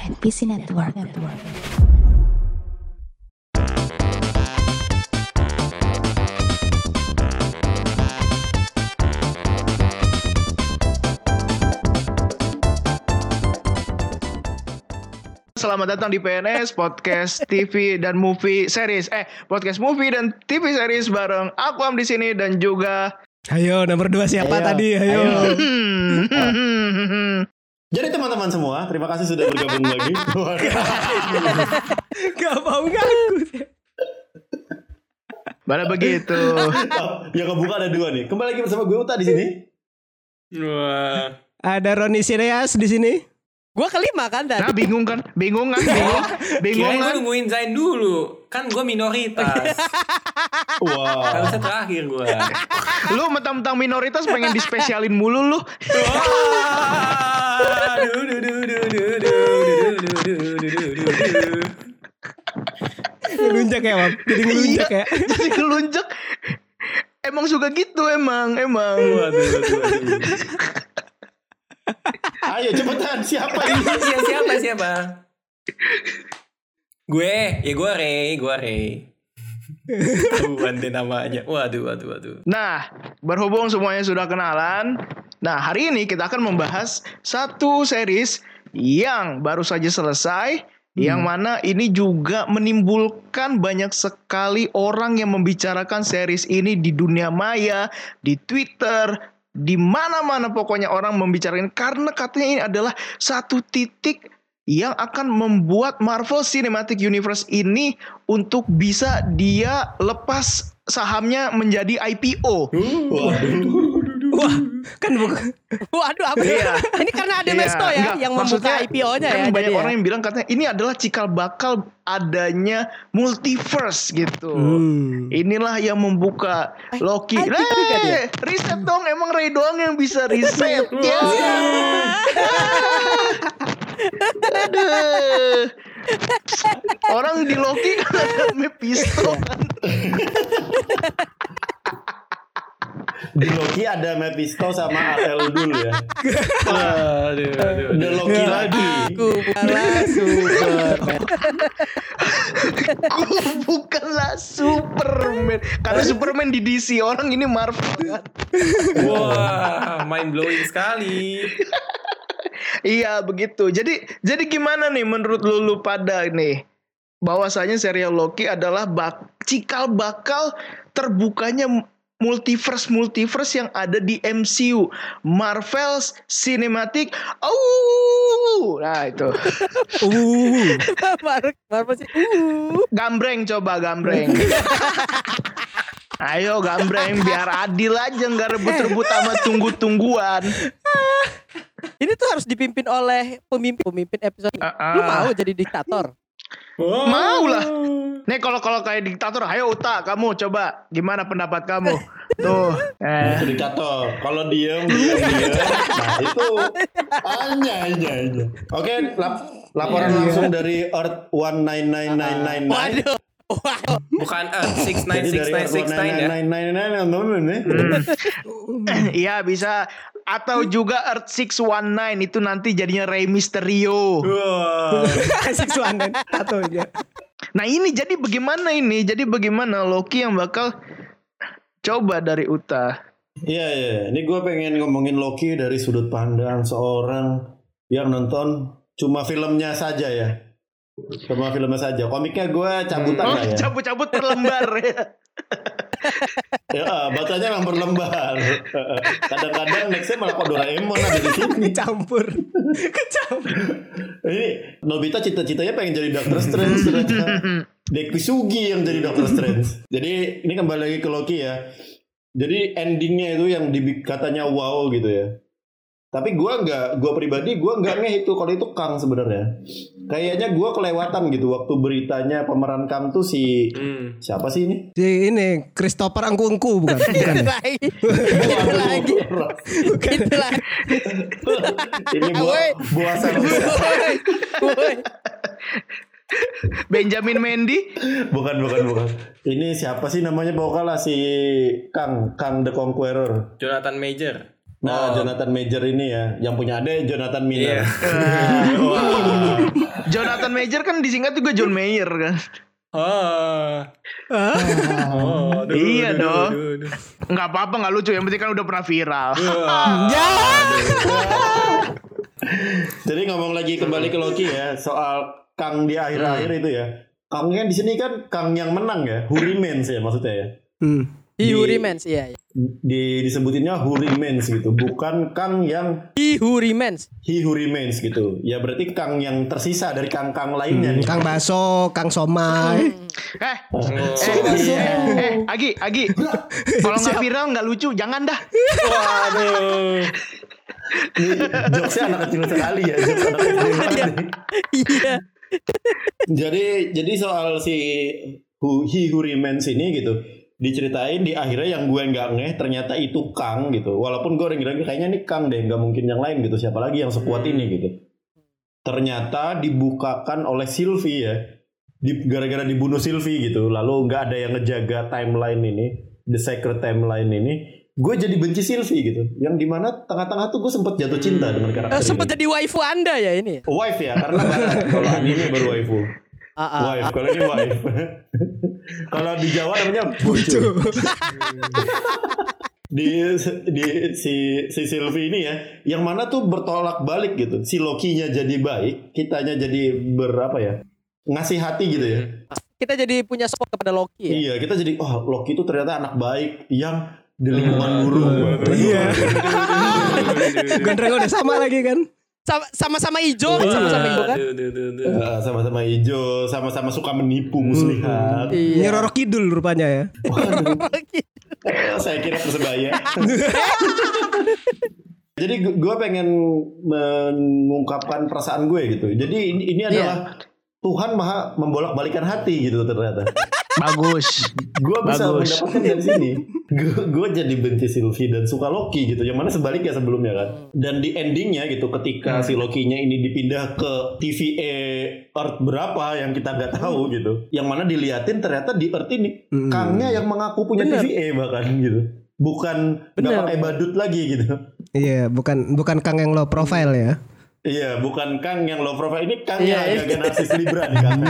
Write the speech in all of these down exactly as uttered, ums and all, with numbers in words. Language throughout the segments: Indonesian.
N P C Network. Network. Selamat datang di P N S Podcast T V dan Movie Series. Eh, Podcast Movie dan T V Series bareng Aquam di sini dan juga. Ayo, nomor dua siapa Ayo. tadi? Ayo. Ayo. Jadi teman-teman semua, terima kasih sudah bergabung lagi. Gak mau ngaku. Mana begitu? Oh, yang kebuka ada dua nih. Kembali lagi bersama gue Uta di sini. Wah. Ada Roni Sireas di sini. Gue kelima kan tadi. Nah, bingung kan? Bingung kan? Bingung. Bingung Kirain gue kan? nungguin Zain dulu. Kan gue minoritas. Wah. Harusnya terakhir gue. Lu mentang-mentang minoritas pengen dispesialin mulu lu. Ngelunjak ya, Mam. Jadi ngelunjak ya. Jadi ngelunjak. Emang suka gitu emang, emang. Waduh, waduh, waduh. Ayo cepetan, siapa ini? Siapa siapa siapa? Gue, ya gue Ray, gue Ray. Tahuan deh namanya. Waduh, waduh, waduh. Nah, berhubung semuanya sudah kenalan, nah hari ini kita akan membahas satu series yang baru saja selesai, hmm. yang mana ini juga menimbulkan banyak sekali orang yang membicarakan series ini di dunia maya, di Twitter, di mana-mana pokoknya orang membicarakan karena katanya ini adalah satu titik yang akan membuat Marvel Cinematic Universe ini untuk bisa dia lepas sahamnya menjadi I P O. Waduh. Wah, kan bukan. Waduh, apa Iya. Ini karena ada Iya, Mesto ya enggak, yang maksudnya membuka I P O-nya kan ya. banyak jadi orang ya. yang bilang katanya ini adalah cikal bakal adanya multiverse gitu. Hmm. Inilah yang membuka Loki. ah, gitu juga dia. Eh, riset dong, emang Ray doang yang bisa riset ya. Aduh. Orang di Loki kan ada Mephisto kan. Di Loki ada Mephisto sama Eldul ya. Waduh, waduh. Ada Loki lagi. Aku bukanlah Superman. Aku bukanlah Superman. Karena Superman di D C, orang ini Marvel kan. Wah, mind blowing sekali. Iya begitu. Jadi jadi gimana nih menurut lulu pada nih? Bahwasanya serial Loki adalah bak cikal bakal terbukanya multiverse multiverse yang ada di M C U, Marvel's Cinematic. Oh, nah itu. Uh. Baru baru sih. Uh. Gambreng coba gambreng. Ayo gambreng biar adil aja, nggak rebut-rebut sama tunggu-tungguan. Ini tuh harus dipimpin oleh pemimpin pemimpin episode. Uh-uh. Lu mau jadi diktator? Wow. Mau lah. Nih kalau kalau kayak diktator, ayo Uta, kamu coba gimana pendapat kamu? Tuh. Eh. Itu diktator. Kalau diem, diem, diem. Nah itu hanya, hanya, hanya. Oke, lap, laporan Iya. langsung dari Earth one nine nine nine nine nine. Waduh. Wow. Bukan Earth six nine Jadi six dari nine Earth six nine ya. nine nine nine nine. Iya bisa. Atau juga Earth six one nine itu nanti jadinya Rey Mysterio. Wah. Asik suanan satunya. Nah ini jadi bagaimana ini? Jadi bagaimana Loki yang bakal coba dari Uta? Iya, iya. Ini gue pengen ngomongin Loki dari sudut pandang seorang yang nonton cuma filmnya saja ya. Cuma filmnya saja. Komiknya gue cabutan Oh, lah ya. cabut-cabut per lembar ya. Ya, bacanya memang berlembar. Kadang-kadang nextnya malah kok Doraemon ada di sini. Kecampur. Kecampur. Ini Nobita cita-citanya pengen jadi Doctor Strange ternyata Dek Pisugi yang jadi Doctor Strange. Jadi ini kembali lagi ke Loki ya. Jadi endingnya itu yang di, katanya wow gitu ya. Tapi gue nggak, gue pribadi gue nggak ngeh itu kalau itu Kang sebenarnya. Kayaknya gue kelewatan gitu waktu beritanya pemeran Kang tuh si Hmm. siapa sih ini? Si ini Christopher Angkungku bukan? Bukan. Itu lagi. Itu lagi. Itu lagi. Ini buah Woi. buah Sarusa. Woi. Woi. Benjamin Mendy. Bukan bukan bukan. Ini siapa sih namanya vokal lah si Kang Kang the Conqueror. Jonathan Major. Nah, Oh. Jonathan Major ini ya, yang punya adek Jonathan Miller. Iya. Wah. Major kan disingkat juga John Mayer kan. Ah. Ah. Oh, aduh, Iya aduh, dong. aduh, aduh. Nggak apa-apa, nggak lucu. Yang penting kan udah pernah viral. Ya. Jadi ngomong lagi kembali ke Loki ya, soal Kang di akhir-akhir itu ya. Kangnya di sini kan Kang yang menang ya, who remains ya maksudnya ya. Hmm. He who Di- remains, iya. iya. Di disebutinnya who remains gitu, bukan Kang yang He who remains. he who remains gitu. Ya berarti Kang yang tersisa dari Kang-Kang lainnya nih. Kang Baso, Kang Somai. Eh, Oh. eh, eh, Agi, Agi. Kalau nggak viral nggak lucu, jangan dah. Waduh. Ini jokesnya anak kecil sekali ya, jokes anak kecil banget nih. Iya. Jadi jadi soal si who, he who remains ini gitu diceritain di akhirnya yang gue nggak ngeh ternyata itu Kang gitu. Walaupun gue ngira kayaknya nih Kang deh, nggak mungkin yang lain gitu. Siapa lagi yang sekuat ini gitu. Ternyata dibukakan oleh Sylvie ya. Di, gara-gara dibunuh Sylvie gitu. Lalu nggak ada yang ngejaga timeline ini, the sacred timeline ini. Gue jadi benci Sylvie gitu. Yang dimana tengah-tengah tuh gue sempet jatuh cinta dengan Eh, karakter sempat ini. jadi waifu Anda ya ini. Wife ya, karena barat. Kalau anime baru waifu. Ah, ah, Wife, kalau ini wife. Kalau di Jawa namanya bojo. di di si si Sylvie ini ya, yang mana tuh bertolak balik gitu. Si Loki-nya jadi baik, kitanya jadi berapa ya? Ngasih hati gitu ya. Kita jadi punya support kepada Loki ya. Iya, kita jadi oh Loki itu ternyata anak baik yang di lingkungan guru. Iya. Gondrong udah sama lagi kan. Sama- Sama-sama hijau, sama-sama hijau kan? Aduh, aduh, aduh, aduh. Eh, sama-sama hijau, sama-sama suka menipu muslihat. Ini Iya. Roro Kidul rupanya ya. Eh, saya kira persebaya. Jadi gue pengen mengungkapkan perasaan gue gitu. Jadi ini, ini adalah Tuhan maha membolak-balikan hati gitu ternyata. Bagus. Gue bisa Bagus. mendapatkan dari sini. Gue jadi benci Sylvie dan suka Loki gitu. Yang mana sebaliknya sebelumnya kan. Dan di endingnya gitu ketika si Loki-nya ini dipindah ke T V A Earth berapa yang kita nggak tahu gitu. Yang mana diliatin ternyata di Earth ini Mm. Kangnya yang mengaku punya Bener. T V A bahkan gitu. Bukan nggak Bener. pakai badut lagi gitu. Iya, bukan bukan Kang yang low profile ya. Iya, bukan Kang yang low profile ini Kang Iya, yang agak narsis Libra nih Kang.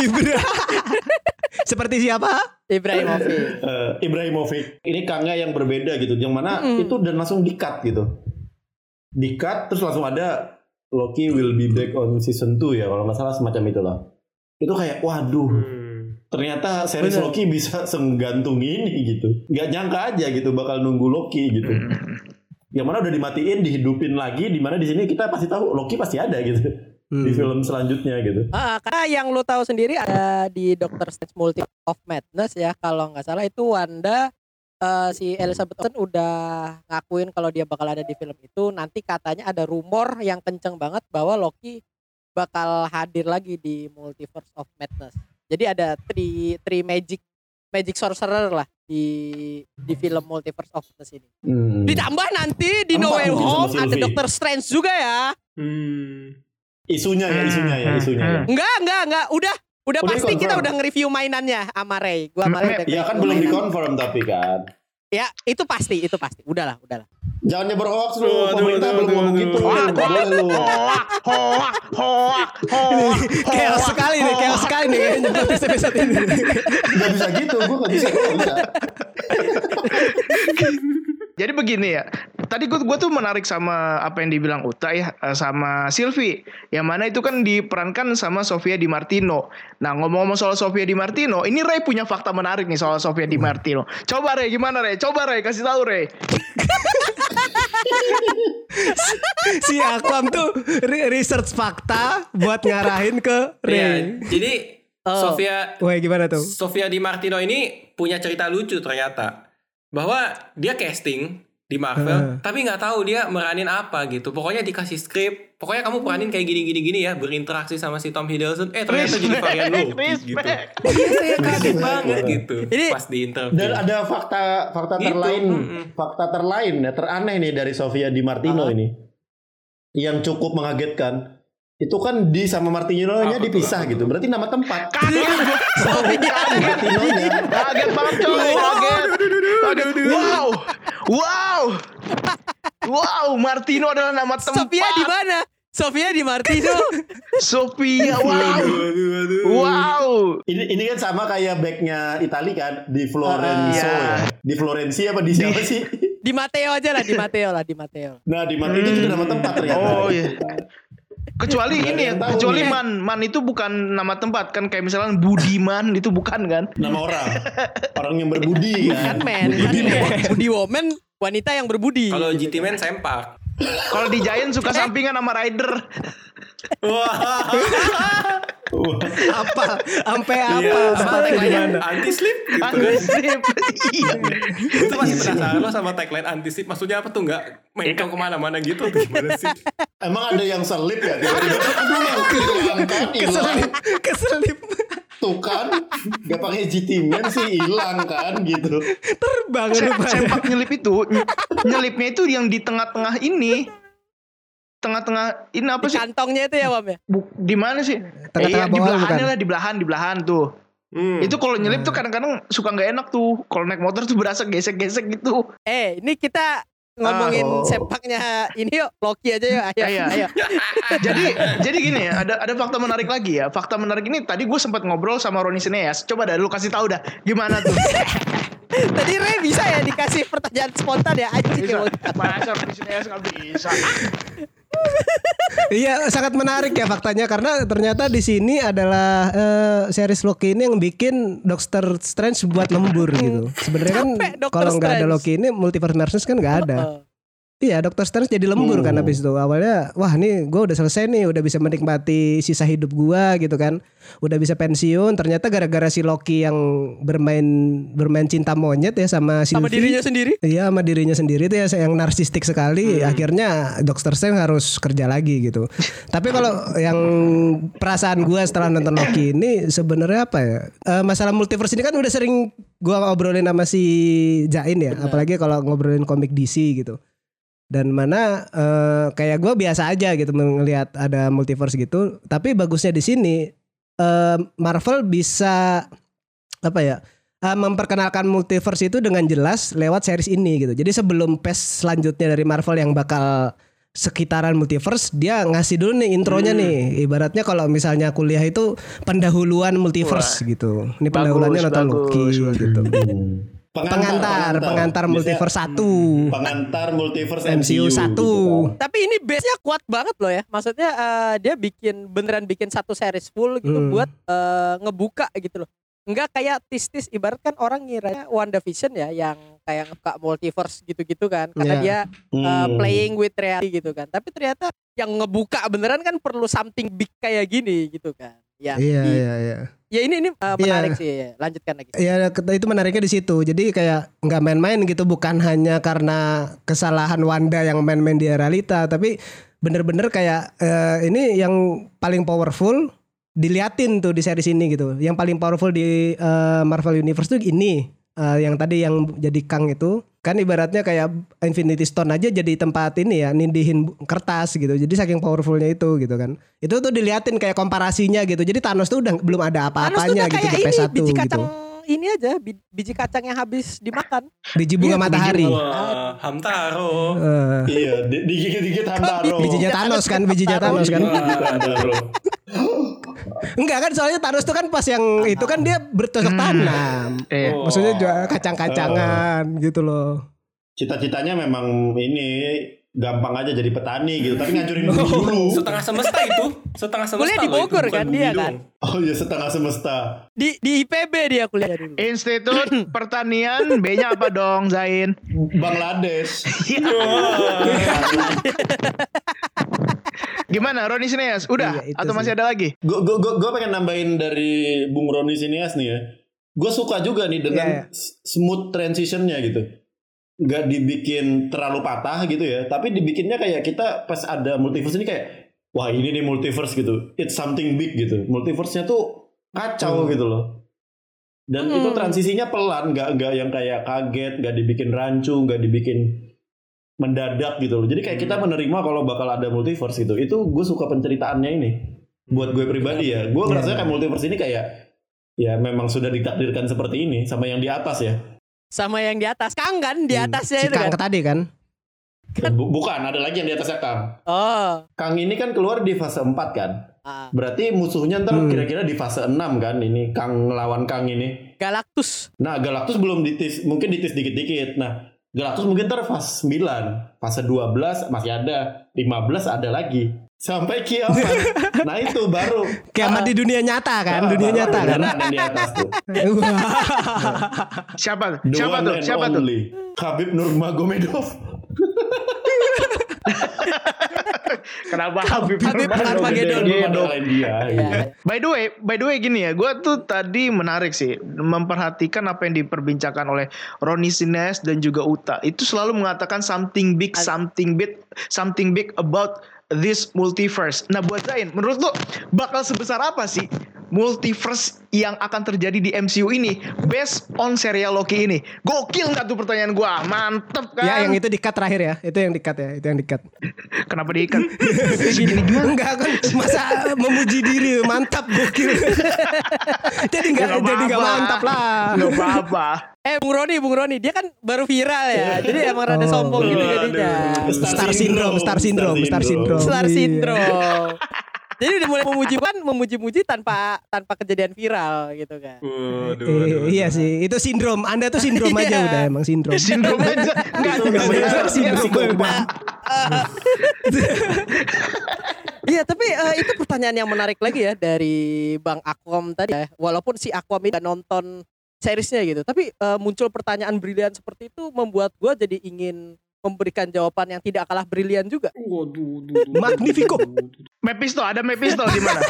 Seperti siapa? Ibrahimovic. Eh, Ibrahimovic. Ini Kangnya yang berbeda gitu. Yang mana Mm-mm. itu dan langsung di-cut gitu. Di-cut terus langsung ada Loki will be back on season two ya kalau nggak salah semacam itulah. Itu kayak waduh. Hmm. Ternyata series Bener. Loki bisa senggantung ini gitu. Gak nyangka aja gitu bakal nunggu Loki gitu. Yang mana udah dimatiin, dihidupin lagi. Di mana di sini kita pasti tahu Loki pasti ada gitu Hmm. di film selanjutnya gitu. Ah, karena yang lo tahu sendiri ada di Doctor Strange Multiverse of Madness ya, kalau nggak salah itu Wanda eh, si Elizabeth Olsen udah ngakuin kalau dia bakal ada di film itu. Nanti katanya ada rumor yang kenceng banget bahwa Loki bakal hadir lagi di Multiverse of Madness. Jadi ada three, three magic magic sorcerer lah di di film Multiverse of Madness ini. Hmm. Ditambah nanti di No Empat Way mungkin sama Home ada Sylvie. Doctor Strange juga ya. Hmm. Isunya ya, isunya ya, isunya ya. Enggak, enggak, enggak. Udah, udah, Udah pasti kita di-confirm. udah nge-review mainannya sama Ray. Gua sama Ray udah Ya kan nge-review belum mainan. dikonfirm tapi kan. Ya, itu pasti, itu pasti. Udahlah, udahlah. Jangan nyebar hoax lu. Aduh, Pemerintah aduh, belum aduh, ngomong aduh. gitu. Nggak boleh lu. Hoak, hoak, hoak, hoak, Chaos sekali nih, chaos sekali nih kayaknya episode ini. Gak bisa gitu. Gue gak bisa. Gue gak bisa. Jadi begini ya. Tadi gue gue tuh menarik sama apa yang dibilang Uta ya, eh, sama Sylvie. Yang mana itu kan diperankan sama Sofia Di Martino. Nah, ngomong-ngomong soal Sofia Di Martino, ini Ray punya fakta menarik nih soal Sofia Di Martino. Coba Ray, gimana Ray? Coba Ray, kasih tahu Ray. Si Aquam tuh re- research fakta buat ngarahin ke Iya, Ray. jadi Oh. Sofia Wah, gimana tuh? Sofia Di Martino ini punya cerita lucu ternyata. Bahwa dia casting di Marvel, tapi nggak tahu dia meranin apa gitu. Pokoknya dikasih skrip, pokoknya kamu peranin kayak gini-gini gini ya, berinteraksi sama si Tom Hiddleston. Eh ternyata jadi varian Loki gitu. Iya, saya kaget banget gitu. Ini- Pas di interview. Dan ada fakta fakta Gitu, terlain, mm-mm. fakta terlain ya teraneh nih dari Sofia Di Martino ini, yang cukup mengagetkan. Itu kan di sama Martino-nya Apa tuh, dipisah apa gitu. Berarti nama tempat. Kaget gue. Martino-nya. Kaget banget coy, kaget. Kaget. Wow. Wow. Wow, Martino adalah nama tempat. Sofia di mana? Sofia Di Martino. Sophia, wow. Aduh, aduh, aduh. Wow. Ini ini kan sama kayak backnya Itali kan di Florenzo Uh, ya. Di Florenzi apa di siapa sih? Di Matteo aja lah, Di Matteo lah, Di Matteo. Nah di mana itu juga nama tempat ternyata. Oh iya. Kecuali Nggak ada ini ya, yang tahu kecuali nih. Man, Man itu bukan nama tempat kan, kayak misalnya Budiman itu bukan kan? Nama orang, orang yang berbudi Kan kan. men, kan men. Budi woman, wanita yang berbudi. Kalau G T Man sempak. Kalau di Giant suka sampingan sama Rider. Wah. Apa? Sampai apa? Iya, sama Sampai di tagline mana? anti slip gitu kan. Anti-slip. Iya. Itu masih penasaran lo sama tagline anti slip, maksudnya apa tuh, nggak megang kemana-mana gitu atau gimana sih? Emang ada yang selip ya? Tiba-tiba aduh yang hilang kan hilang. Keselip, keselip. Tuh kan, gak pakai G T Man sih hilang kan gitu. Terbang Se- rupanya. Sempak nyelip itu, ny- nyelipnya itu yang di tengah-tengah ini. Tengah-tengah ini apa Di sih? kantongnya itu ya, Wam ya. Bu- di mana sih? Tengah-tengah Eh, di bawah belahannya bukan? lah, di belahan, di belahan tuh. Hmm. Itu kalau nyelip tuh kadang-kadang suka nggak enak tuh. Kalau naik motor tuh berasa gesek-gesek gitu. Eh, ini kita ngomongin Oh. sempaknya ini yuk, Loki aja yuk. Ayo, Ayo. ayo. jadi jadi gini ya, ada ada fakta menarik lagi ya. Fakta menarik ini tadi gue sempat ngobrol sama Roni Sineas. Coba dah lu kasih tahu dah gimana tuh. Tadi Ray bisa ya dikasih pertanyaan spontan ya, anjing. Bisa. emang. Masa Roni Sineas nggak bisa. Iya, sangat menarik ya faktanya karena ternyata di sini adalah eh, series Loki ini yang bikin Doctor Strange buat lembur gitu. Sebenarnya kan Capek Doctor kalau nggak ada Strange. Loki ini Multiverse Madness kan nggak ada. Heeh. Iya, Doctor Strange jadi lembur Hmm. kan habis itu. Awalnya wah nih gue udah selesai nih, udah bisa menikmati sisa hidup gua gitu kan. Udah bisa pensiun, ternyata gara-gara si Loki yang bermain bermain cinta monyet ya sama Sylvie. Sama dirinya sendiri. Iya, sama dirinya sendiri itu ya yang narsistik sekali. Akhirnya Doctor Strange harus kerja lagi gitu. Tapi kalau yang perasaan gue setelah nonton Loki ini sebenarnya apa ya? Eh, masalah multiverse ini kan udah sering gue ngobrolin sama si Jain ya. Apalagi kalau ngobrolin komik D C gitu. Dan mana eh, kayak gue biasa aja gitu melihat ada multiverse gitu. Tapi bagusnya di sini eh, Marvel bisa apa ya? Uh, memperkenalkan multiverse itu dengan jelas lewat series ini gitu. Jadi sebelum phase selanjutnya dari Marvel yang bakal sekitaran multiverse, dia ngasih dulu nih intronya nih. Ibaratnya kalau misalnya kuliah itu pendahuluan multiverse gitu. Ini pendahuluannya nonton Loki bagus. gitu. Pengantar, Pengantar, pengantar Biasanya multiverse satu. Pengantar multiverse M C U satu. gitu Tapi ini base-nya kuat banget loh ya. Maksudnya eh, dia bikin beneran bikin satu series full gitu Hmm. buat eh, ngebuka gitu loh. Enggak kayak tis-tis, ibarat kan orang ngiranya WandaVision ya yang kayak ngebuka multiverse gitu-gitu kan. Karena Iya. dia kan. uh, Hmm. playing with reality gitu kan. Tapi ternyata yang ngebuka beneran kan perlu something big kayak gini gitu kan. Ya, Iya, di- iya, iya. ya ini ini uh, Iya. menarik sih. Ya. Lanjutkan lagi. Ya itu menariknya di situ. Jadi kayak nggak main-main gitu, bukan hanya karena kesalahan Wanda yang main-main di realita, tapi bener-bener kayak eh, ini yang paling powerful diliatin tuh di series ini gitu. Yang paling powerful di eh, Marvel Universe tuh ini eh, yang tadi yang jadi Kang itu kan ibaratnya kayak Infinity Stone aja jadi tempat ini ya nindihin bu- kertas gitu. Jadi saking powerfulnya itu gitu kan. Itu tuh diliatin kayak komparasinya gitu. Jadi Thanos tuh udah belum ada Thanos tuh apa-apanya udah gitu kayak di P ini satu biji gitu. kacang ini aja bi- biji kacang yang habis dimakan. Biji bunga Iya, matahari. Wah, Hamtaro. Eh, Iya, di- digigit-digigit Hamtaro. bijinya Thanos kan, bijinya Thanos kan. Digigit Hamtaro. Enggak kan soalnya Thanos tuh kan pas yang itu kan dia bercocok tanam. Iya. Oh. Maksudnya juga kacang-kacangan gitu loh. Cita-citanya memang ini gampang aja jadi petani gitu, tapi ngancurin bumi dulu. Setengah semesta itu, setengah semesta. Kuliah di loh itu, Bogor bukan kan bumi dia doang. kan? Oh iya, setengah semesta. Di di I P B dia kuliah dulu. Institut Pertanian, B-nya apa dong, Zain? Bangladesh. Gimana, Roni Sineas? Udah? Iya, itu Atau sih. masih ada lagi? Gue gue gue pengen nambahin dari Bung Roni Sinias nih ya. Gue suka juga nih dengan Iya, iya. s- smooth transitionnya gitu. Gak dibikin terlalu patah gitu ya, tapi dibikinnya kayak kita pas ada multiverse ini kayak, wah ini nih multiverse gitu. It's something big gitu. Multiverse-nya tuh kacau gitu loh. Dan Hmm. itu transisinya pelan, nggak nggak yang kayak kaget, nggak dibikin rancu, nggak dibikin mendadak gitu loh. Jadi kayak kita menerima kalau bakal ada multiverse gitu. Itu gue suka penceritaannya ini. Buat gue pribadi ya, gue ngerasa kayak multiverse ini kayak ya memang sudah ditakdirkan seperti ini sama yang di atas ya. Sama yang di atas Kang kan di atasnya Si itu Kang kan. tadi kan. Bukan, ada lagi yang di atasnya Kang. Oh. Kang ini kan keluar di fase empat kan. Ah. Berarti musuhnya ntar Hmm. kira-kira di fase enam kan ini Kang ngelawan Kang ini. Galactus. Nah, Galactus belum ditis, mungkin ditis dikit-dikit. Nah, Galactus mungkin ntar fase sembilan, fase dua belas masih ada, lima belas ada lagi. Sampai kiamat. Nah, itu baru Kiamat di dunia nyata kan, Ah, dunia baru nyata kan. beneran yang di atas tuh. Siapa? The Siapa one tuh? and Siapa tuh? only. Khabib Nurmagomedov. Kenapa Habib Habib Armageddon. Ngalahin dia. Iya. gitu. By the way, by the way gini ya, gue tuh tadi menarik sih memperhatikan apa yang diperbincangkan oleh Ronnie Sines dan juga Uta. Itu selalu mengatakan something big, something big, something big about this multiverse. Nah buat Zain, menurut lo bakal sebesar apa sih multiverse yang akan terjadi di M C U ini based on serial Loki ini? Gokil nggak tuh pertanyaan gue? Mantep kan? Ya yang itu di-cut terakhir ya. Itu yang di-cut ya, itu yang di-cut. Kenapa diikat? Gini gimana? Enggak kan masa memuji diri mantap gokil. Jadi enggak Ya, nggak jadi enggak apa-apa. mantap lah. Nggak apa-apa. Eh Bung Roni, Bung Roni, dia kan baru viral ya. Jadi emang rada Oh. sombong gitu Aduh. jadinya. Star syndrome, star syndrome, star syndrome. Star Iya. syndrome. Jadi udah mulai memuji kan memuji-muji tanpa tanpa kejadian viral gitu kan. Waduh, Eh, waduh, iya waduh. sih, itu sindrom. Anda tuh sindrom aja Iya. udah emang sindrom. Sindrom aja. Enggak, enggak Iya, benar. sindrom Sindrom. udah. Iya tapi eh, itu pertanyaan yang menarik lagi ya dari Bang Akom tadi ya. Walaupun si Akom ini gak nonton seriesnya gitu, tapi eh, muncul pertanyaan brilian seperti itu membuat gue jadi ingin memberikan jawaban yang tidak kalah brilian juga. Waduh, waduh, waduh. Magnifico. Mephisto, ada Mephisto di mana?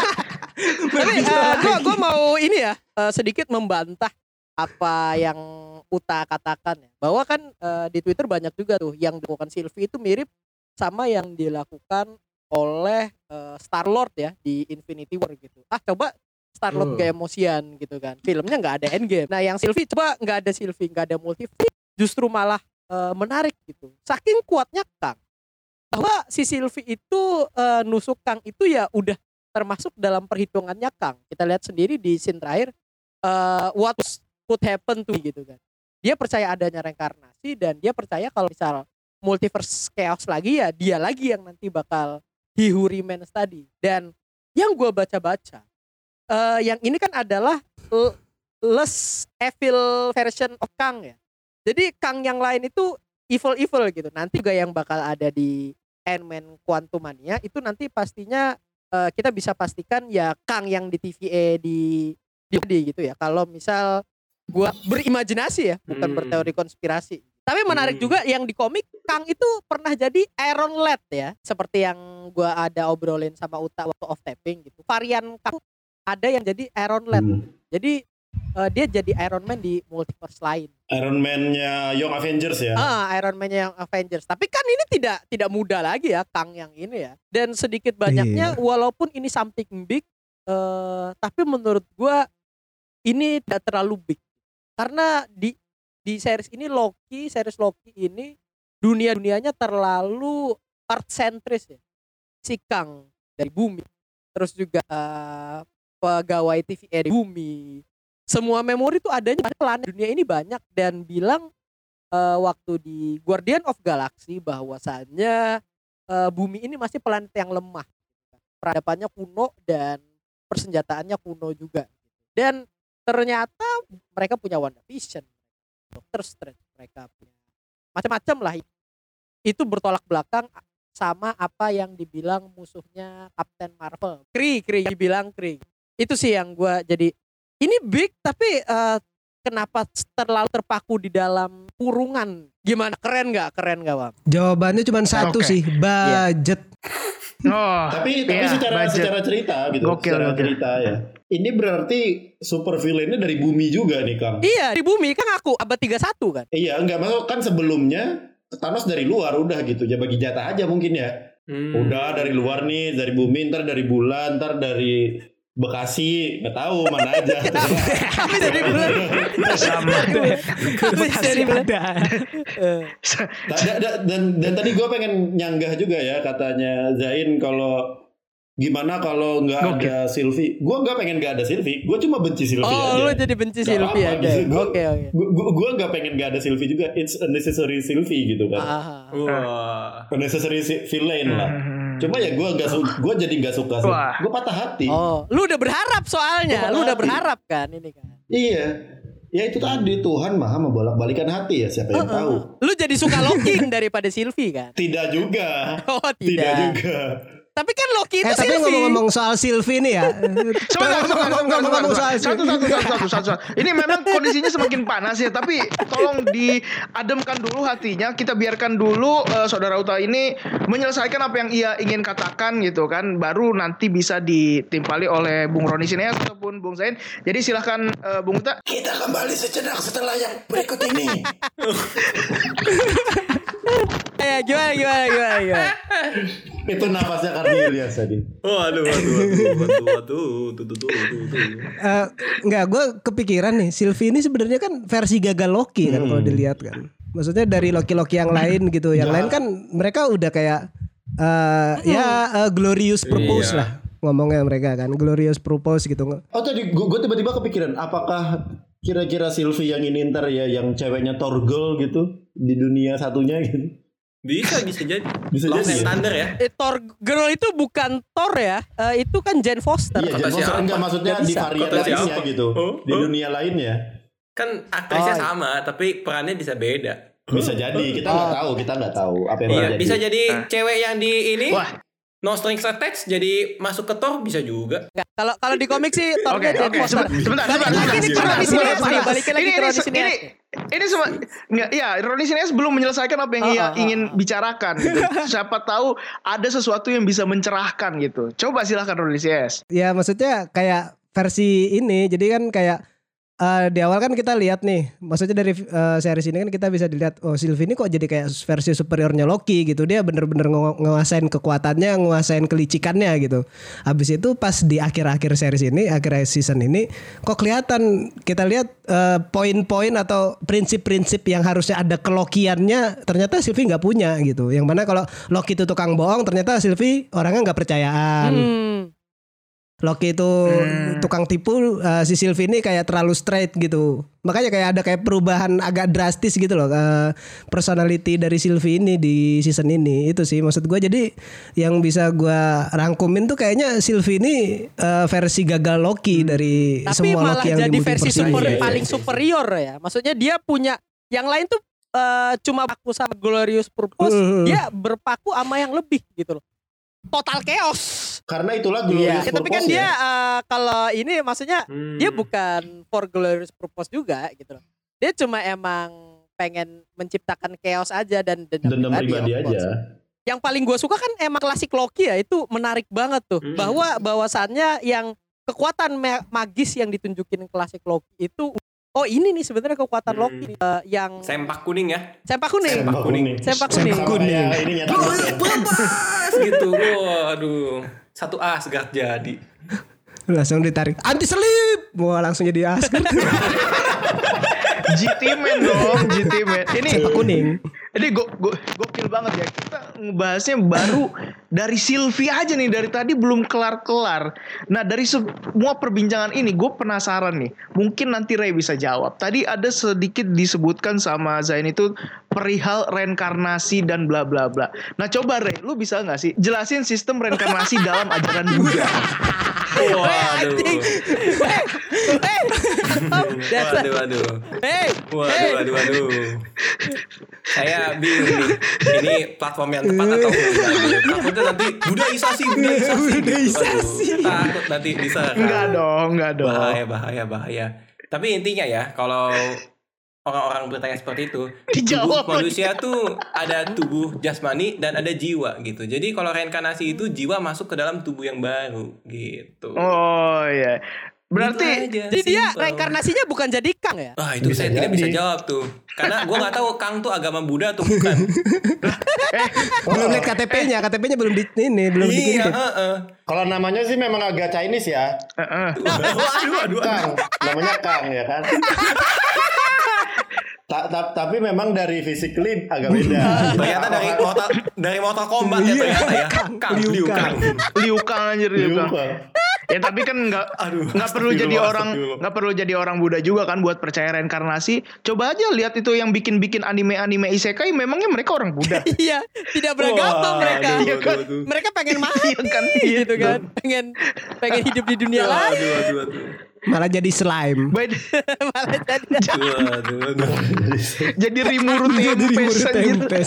Tapi gue gue mau ini ya eh, sedikit membantah apa yang Uta katakan ya, bahwa kan eh, di Twitter banyak juga tuh yang dilakukan Sylvie itu mirip sama yang dilakukan oleh uh, Star Lord ya di Infinity War gitu. Ah coba Star Lord Hmm. gak emosian gitu kan. Filmnya nggak ada Endgame. Nah yang Sylvie coba nggak ada Sylvie, nggak ada multiverse, justru malah uh, menarik gitu. Saking kuatnya Kang, bahwa si Sylvie itu uh, nusuk Kang itu ya udah termasuk dalam perhitungannya Kang. Kita lihat sendiri di scene terakhir uh, what could happen to gitu kan. Dia percaya adanya reinkarnasi dan dia percaya kalau misal multiverse chaos lagi ya dia lagi yang nanti bakal He Who Remains tadi. Dan yang gue baca-baca uh, yang ini kan adalah l- less evil version of Kang ya. Jadi Kang yang lain itu evil-evil gitu. Nanti juga yang bakal ada di Ant-Man Quantumania itu nanti pastinya uh, kita bisa pastikan ya Kang yang di T V A di di gitu ya. Kalau misal gue berimajinasi ya, bukan Hmm. berteori konspirasi. Tapi menarik Hmm. juga yang di komik Kang itu pernah jadi Iron Lad ya, seperti yang gua ada obrolin sama Uta waktu off tapping gitu. Varian Kang ada yang jadi Iron Lad. Hmm. Jadi eh, dia jadi Iron Man di multiverse lain. Iron Man-nya Young Avengers ya. Ah, Iron Man-nya yang Avengers. Tapi kan ini tidak tidak mudah lagi ya Kang yang ini ya. Dan sedikit banyaknya walaupun ini something big eh tapi menurut gua ini tidak terlalu big. Karena di di series ini Loki, series Loki ini dunia-dunianya terlalu earth centris ya. Si Kang dari bumi, terus juga eh, pegawai T V A dari bumi. Semua memori itu adanya di planet dunia ini banyak dan bilang eh, waktu di Guardian of Galaxy bahwasannya eh, bumi ini masih planet yang lemah. Peradabannya kuno dan persenjataannya kuno juga. Dan ternyata mereka punya WandaVision. Doctor Strange, mereka punya macam-macam lah. Itu bertolak belakang sama apa yang dibilang musuhnya Captain Marvel. Kree, Kree dibilang Kree. Itu sih yang gue jadi ini big tapi eh, kenapa terlalu terpaku di dalam kurungan? Gimana? Keren nggak? Keren nggak, Bang? Jawabannya cuma satu Oke. sih, budget. Oh, Tapi tapi iya, secara budget. secara cerita gitu, Gokil, secara gokil. cerita ya. Ini berarti super villainnya dari bumi juga nih Kang. Iya, di bumi kan aku abad tiga puluh satu kan. Iya, enggak masuk kan sebelumnya Thanos dari luar udah gitu, ya bagi jatah aja mungkin ya. Hmm. Udah dari luar nih, dari bumi, ntar dari bulan, ntar dari Bekasi, nggak tahu mana aja. Tapi dari bulan. sama. Tapi dari bulan. Eh, Da- da- da- dan dan tadi gue pengen nyanggah juga ya katanya Zain kalau Gimana kalau nggak Gokil. ada Sylvie? Gue nggak pengen nggak ada Sylvie. Gue cuma benci Sylvie aja. Oh, lu jadi benci Nggak Sylvie apa-apa, aja. justru gua- Oke, oke. Gue gue nggak pengen nggak ada Sylvie juga. It's unnecessary Sylvie gitu kan. Ah. Wah. Unnecessary si- villain lah. Cuma ya gue nggak su- gue jadi nggak suka sih. Wah. Gue patah hati. Oh, lu udah berharap soalnya. Lu udah Hati. berharap kan ini kan. Iya. Ya itu tadi Tuhan maha membolak-balikan hati ya, siapa yang tahu. Lu jadi suka Loki daripada Sylvie kan? Tidak juga. Oh, Tidak tidak. juga. Tapi kan Loki itu Eh tapi Sylvie. ngomong-ngomong soal Sylvie nih ya. Sebentar, sebentar, sebentar, Ngomong-ngomong soal sebentar. Satu, satu, satu, satu, satu, satu. Ini memang kondisinya semakin panas ya, tapi tolong diademkan dulu hatinya. Kita biarkan dulu eh, saudara Uta ini menyelesaikan apa yang ia ingin katakan gitu kan. Baru nanti bisa ditimpali oleh Bung Roni Sineas ataupun Bung Zain. Jadi silahkan eh, Bung Uta. Kita kembali sejenak setelah yang berikut ini. Ya, gimana gimana gimana gimana. Itu nafasnya Cornelius tadi. Waduh, waduh, waduh, waduh, waduh, tuh, tuh, tuh, tuh, tuh. Eh, enggak, gue kepikiran nih Sylvie ini sebenarnya kan versi gagal Loki kan kalau dilihat kan. Maksudnya dari Loki-Loki yang lain gitu. Yang Ya. lain kan mereka udah kayak eh, ya eh, glorious purpose Iya. lah ngomongnya mereka kan. Glorious purpose gitu. Oh tadi gue tiba-tiba kepikiran, apakah kira-kira Sylvie yang ini ntar ya yang ceweknya Torgal gitu di dunia satunya gitu? Bisa, bisa jadi. Bisa Love jadi and ya? Thunder ya. Eh, Thor Girl itu bukan Thor ya. Eh, itu kan Jane Foster. Iya, Kata Jane Foster siapa? enggak maksudnya Nggak di bisa. varian Kata lainnya siapa? gitu, Oh, di oh. dunia lainnya. Kan aktrisnya Oh, iya. sama, tapi perannya bisa beda. Bisa jadi, kita nggak tahu, kita nggak tahu apa yang Iya, bakal bisa jadi. jadi cewek yang di ini Wah. no strings attached jadi masuk ke Thor bisa juga. Nggak, Kalau kalau di komik sih Oke, Thornya Jane oke, Foster. sebentar, sebentar, Balik sebentar, lagi nih sebentar, Roni sebentar, Sineas nih, sebentar. balikin lagi Ini ke ini Roni se- Sineas. ini ini semua nggak, ya Roni Sineas belum menyelesaikan apa yang Oh, ia oh, oh, ingin oh. bicarakan gitu. Siapa tahu ada sesuatu yang bisa mencerahkan gitu. Coba silahkan Roni Sineas. Ya maksudnya kayak versi ini. Jadi kan kayak eh, di awal kan kita lihat nih. Maksudnya dari eh, series ini kan kita bisa dilihat. Oh Sylvie ini kok jadi kayak versi superiornya Loki gitu. Dia bener-bener ngu- nguasain kekuatannya, nguasain kelicikannya gitu. Habis itu pas di akhir-akhir series ini, akhir season ini, kok kelihatan kita lihat eh, poin-poin atau prinsip-prinsip yang harusnya ada kelokiannya, ternyata Sylvie nggak punya gitu. Yang mana kalau Loki itu tukang bohong, ternyata Sylvie orangnya nggak percayaan. Hmm. Loki itu tukang tipu, uh, si Sylvie ini kayak terlalu straight gitu. Makanya kayak ada kayak perubahan agak drastis gitu loh, uh, personality dari Sylvie ini di season ini. Itu sih maksud gue. Jadi yang bisa gue rangkumin tuh kayaknya Sylvie ini uh, versi gagal Loki dari Tapi semua malah Loki yang jadi di versi multiverse ini. super, Iya, iya, paling iya. superior ya. Maksudnya dia punya yang lain tuh eh, cuma berpaku sama Glorious Purpose, Hmm. dia berpaku sama yang lebih gitu loh. Total chaos. Karena itulah Iya. Glorious Ya, tapi kan Purpose dia ya. eh, kalau ini maksudnya Hmm. dia bukan for Glorious Purpose juga gitu loh. Dia cuma emang pengen menciptakan chaos aja dan dendam, Dendam pribadi of course. aja. Yang paling gue suka kan emang klasik Loki ya, itu menarik banget tuh. Hmm. Bahwa bahwasannya yang kekuatan ma- magis yang ditunjukin klasik Loki itu, oh ini nih sebenarnya kekuatan Hmm. Loki eh, yang Sempak kuning ya. sempak kuning. Sempak kuning. Sempak kuning. Sama kayak ini nyata. Pas gitu. Waduh. Satu Asgard jadi. Langsung ditarik anti selip, wah langsung jadi Asgard. G T Man dong, G T Man. Ini Sepak kuning. Ini go, go, gokil banget ya. Kita ngebahasnya baru dari Sylvie aja nih. Dari tadi belum kelar-kelar. Nah dari semua perbincangan ini gue penasaran nih. Mungkin nanti Ray bisa jawab. Tadi ada sedikit disebutkan sama Zain itu perihal reinkarnasi dan bla bla bla. Nah coba Ray, lu bisa gak sih jelasin sistem reinkarnasi dalam ajaran Buddha? Waduh. That's Waduh, waduh. Hey, Waduh, waduh, waduh. Saya bingung nih. Ini platform yang tepat atau enggak? Takutnya nanti budaisasi, budaisasi. Budaisasi. Aduh, takut nanti diserang. Enggak dong, enggak dong. Bahaya, bahaya, bahaya. Tapi intinya ya, kalau orang-orang bertanya seperti itu, Dijawab tubuh manusia tuh ada tubuh jasmani dan ada jiwa gitu. Jadi kalau reinkarnasi itu jiwa masuk ke dalam tubuh yang baru gitu. Oh iya. Berarti Gitu aja, jadi dia simple. reinkarnasinya bukan jadi Kang ya? Ah itu Bisa saya tidak jadi. bisa jawab tuh. Karena gue nggak tahu Kang tuh agama Buddha atau bukan. Belum lihat K T P-nya, K T P-nya belum di ini, belum Iya, dikirim. heeh. Kalau namanya sih memang agak Chinese ya. Heeh. Waduh, waduh, waduh. Kang, namanya Kang ya kan. Ta- ta- tapi memang dari physically agak beda. Ternyata dari Mortal dari Mortal Kombat ya ternyata ya. Kang Liu Kang. Liu Kang anjir Liu Kang. Lupa. Ya tapi kan nggak Aduh, nggak perlu jadi astagfirullah, orang astagfirullah. nggak perlu jadi orang Buddha juga kan buat percaya reinkarnasi. Coba aja lihat itu yang bikin-bikin anime-anime isekai, memangnya mereka orang Buddha. Iya, tidak beragama Wah, mereka. aduh, Iya kan? aduh, aduh. Mereka pengen mati Iya kan? gitu kan. Pengen pengen hidup di dunia lain. Aduh, aduh, aduh. Malah jadi slime. By the- Malah jadi Aduh, aduh, aduh. jadi rimuru Jadi tempes murid anjir. tempes.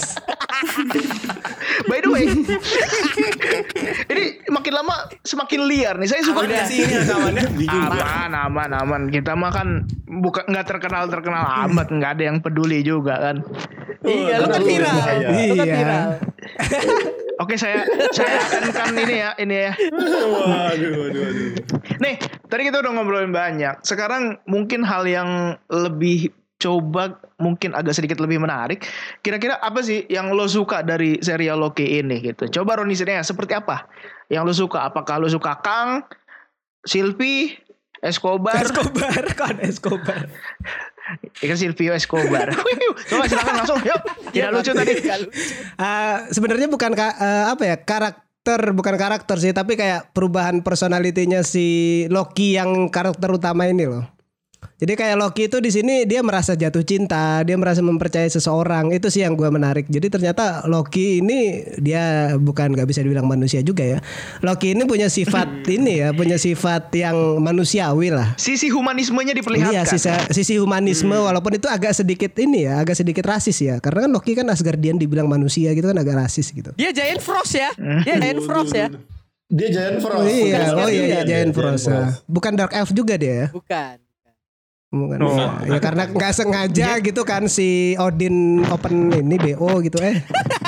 By the way, ini makin lama semakin liar nih. Saya suka Aman gak sih ini rekamannya? Bingung banget. aman, aman, aman. Kita mah kan bukan nggak terkenal terkenal amat, nggak ada yang peduli juga kan. Iya, lu kan viral. Iya. Lu kan Iya. viral. Oke, saya saya akan kan ini ya, ini ya. Waduh, aduh, aduh. Nih, tadi kita udah ngobrolin banyak. Sekarang mungkin hal yang lebih coba mungkin agak sedikit lebih menarik. Kira-kira apa sih yang lo suka dari serial Loki ini gitu? Coba Roni sini seperti apa yang lo suka? Apakah lo suka Kang, Sylvie, Escobar? Escobar kan Escobar. Ikan Silvio Escobar. Coba silakan langsung. Yuk. Tidak lucu tadi. Ah, sebenarnya bukan ka- eh, apa ya karakter bukan karakter sih tapi kayak perubahan personalitinya si Loki yang karakter utama ini loh. Jadi kayak Loki itu di sini dia merasa jatuh cinta, dia merasa mempercayai seseorang, itu sih yang gue menarik. Jadi ternyata Loki ini dia bukan nggak bisa dibilang manusia juga ya. Loki ini punya sifat ini ya, punya sifat yang manusiawi lah. Sisi humanismenya diperlihatkan. Iya sisi, sisi humanisme walaupun itu agak sedikit ini ya, agak sedikit rasis ya. Karena kan Loki kan Asgardian dibilang manusia gitu kan agak rasis gitu. Dia Giant Frost ya. Dia Giant Frost ya. Dia Giant Frost. Oh iya, bukan oh iya, iya Asgardian, Giant dia Frost. Ah. Bukan Dark Elf juga dia ya. Bukan. Bukan. Oh. Ya karena nggak sengaja gitu kan si Odin open ini B O gitu eh.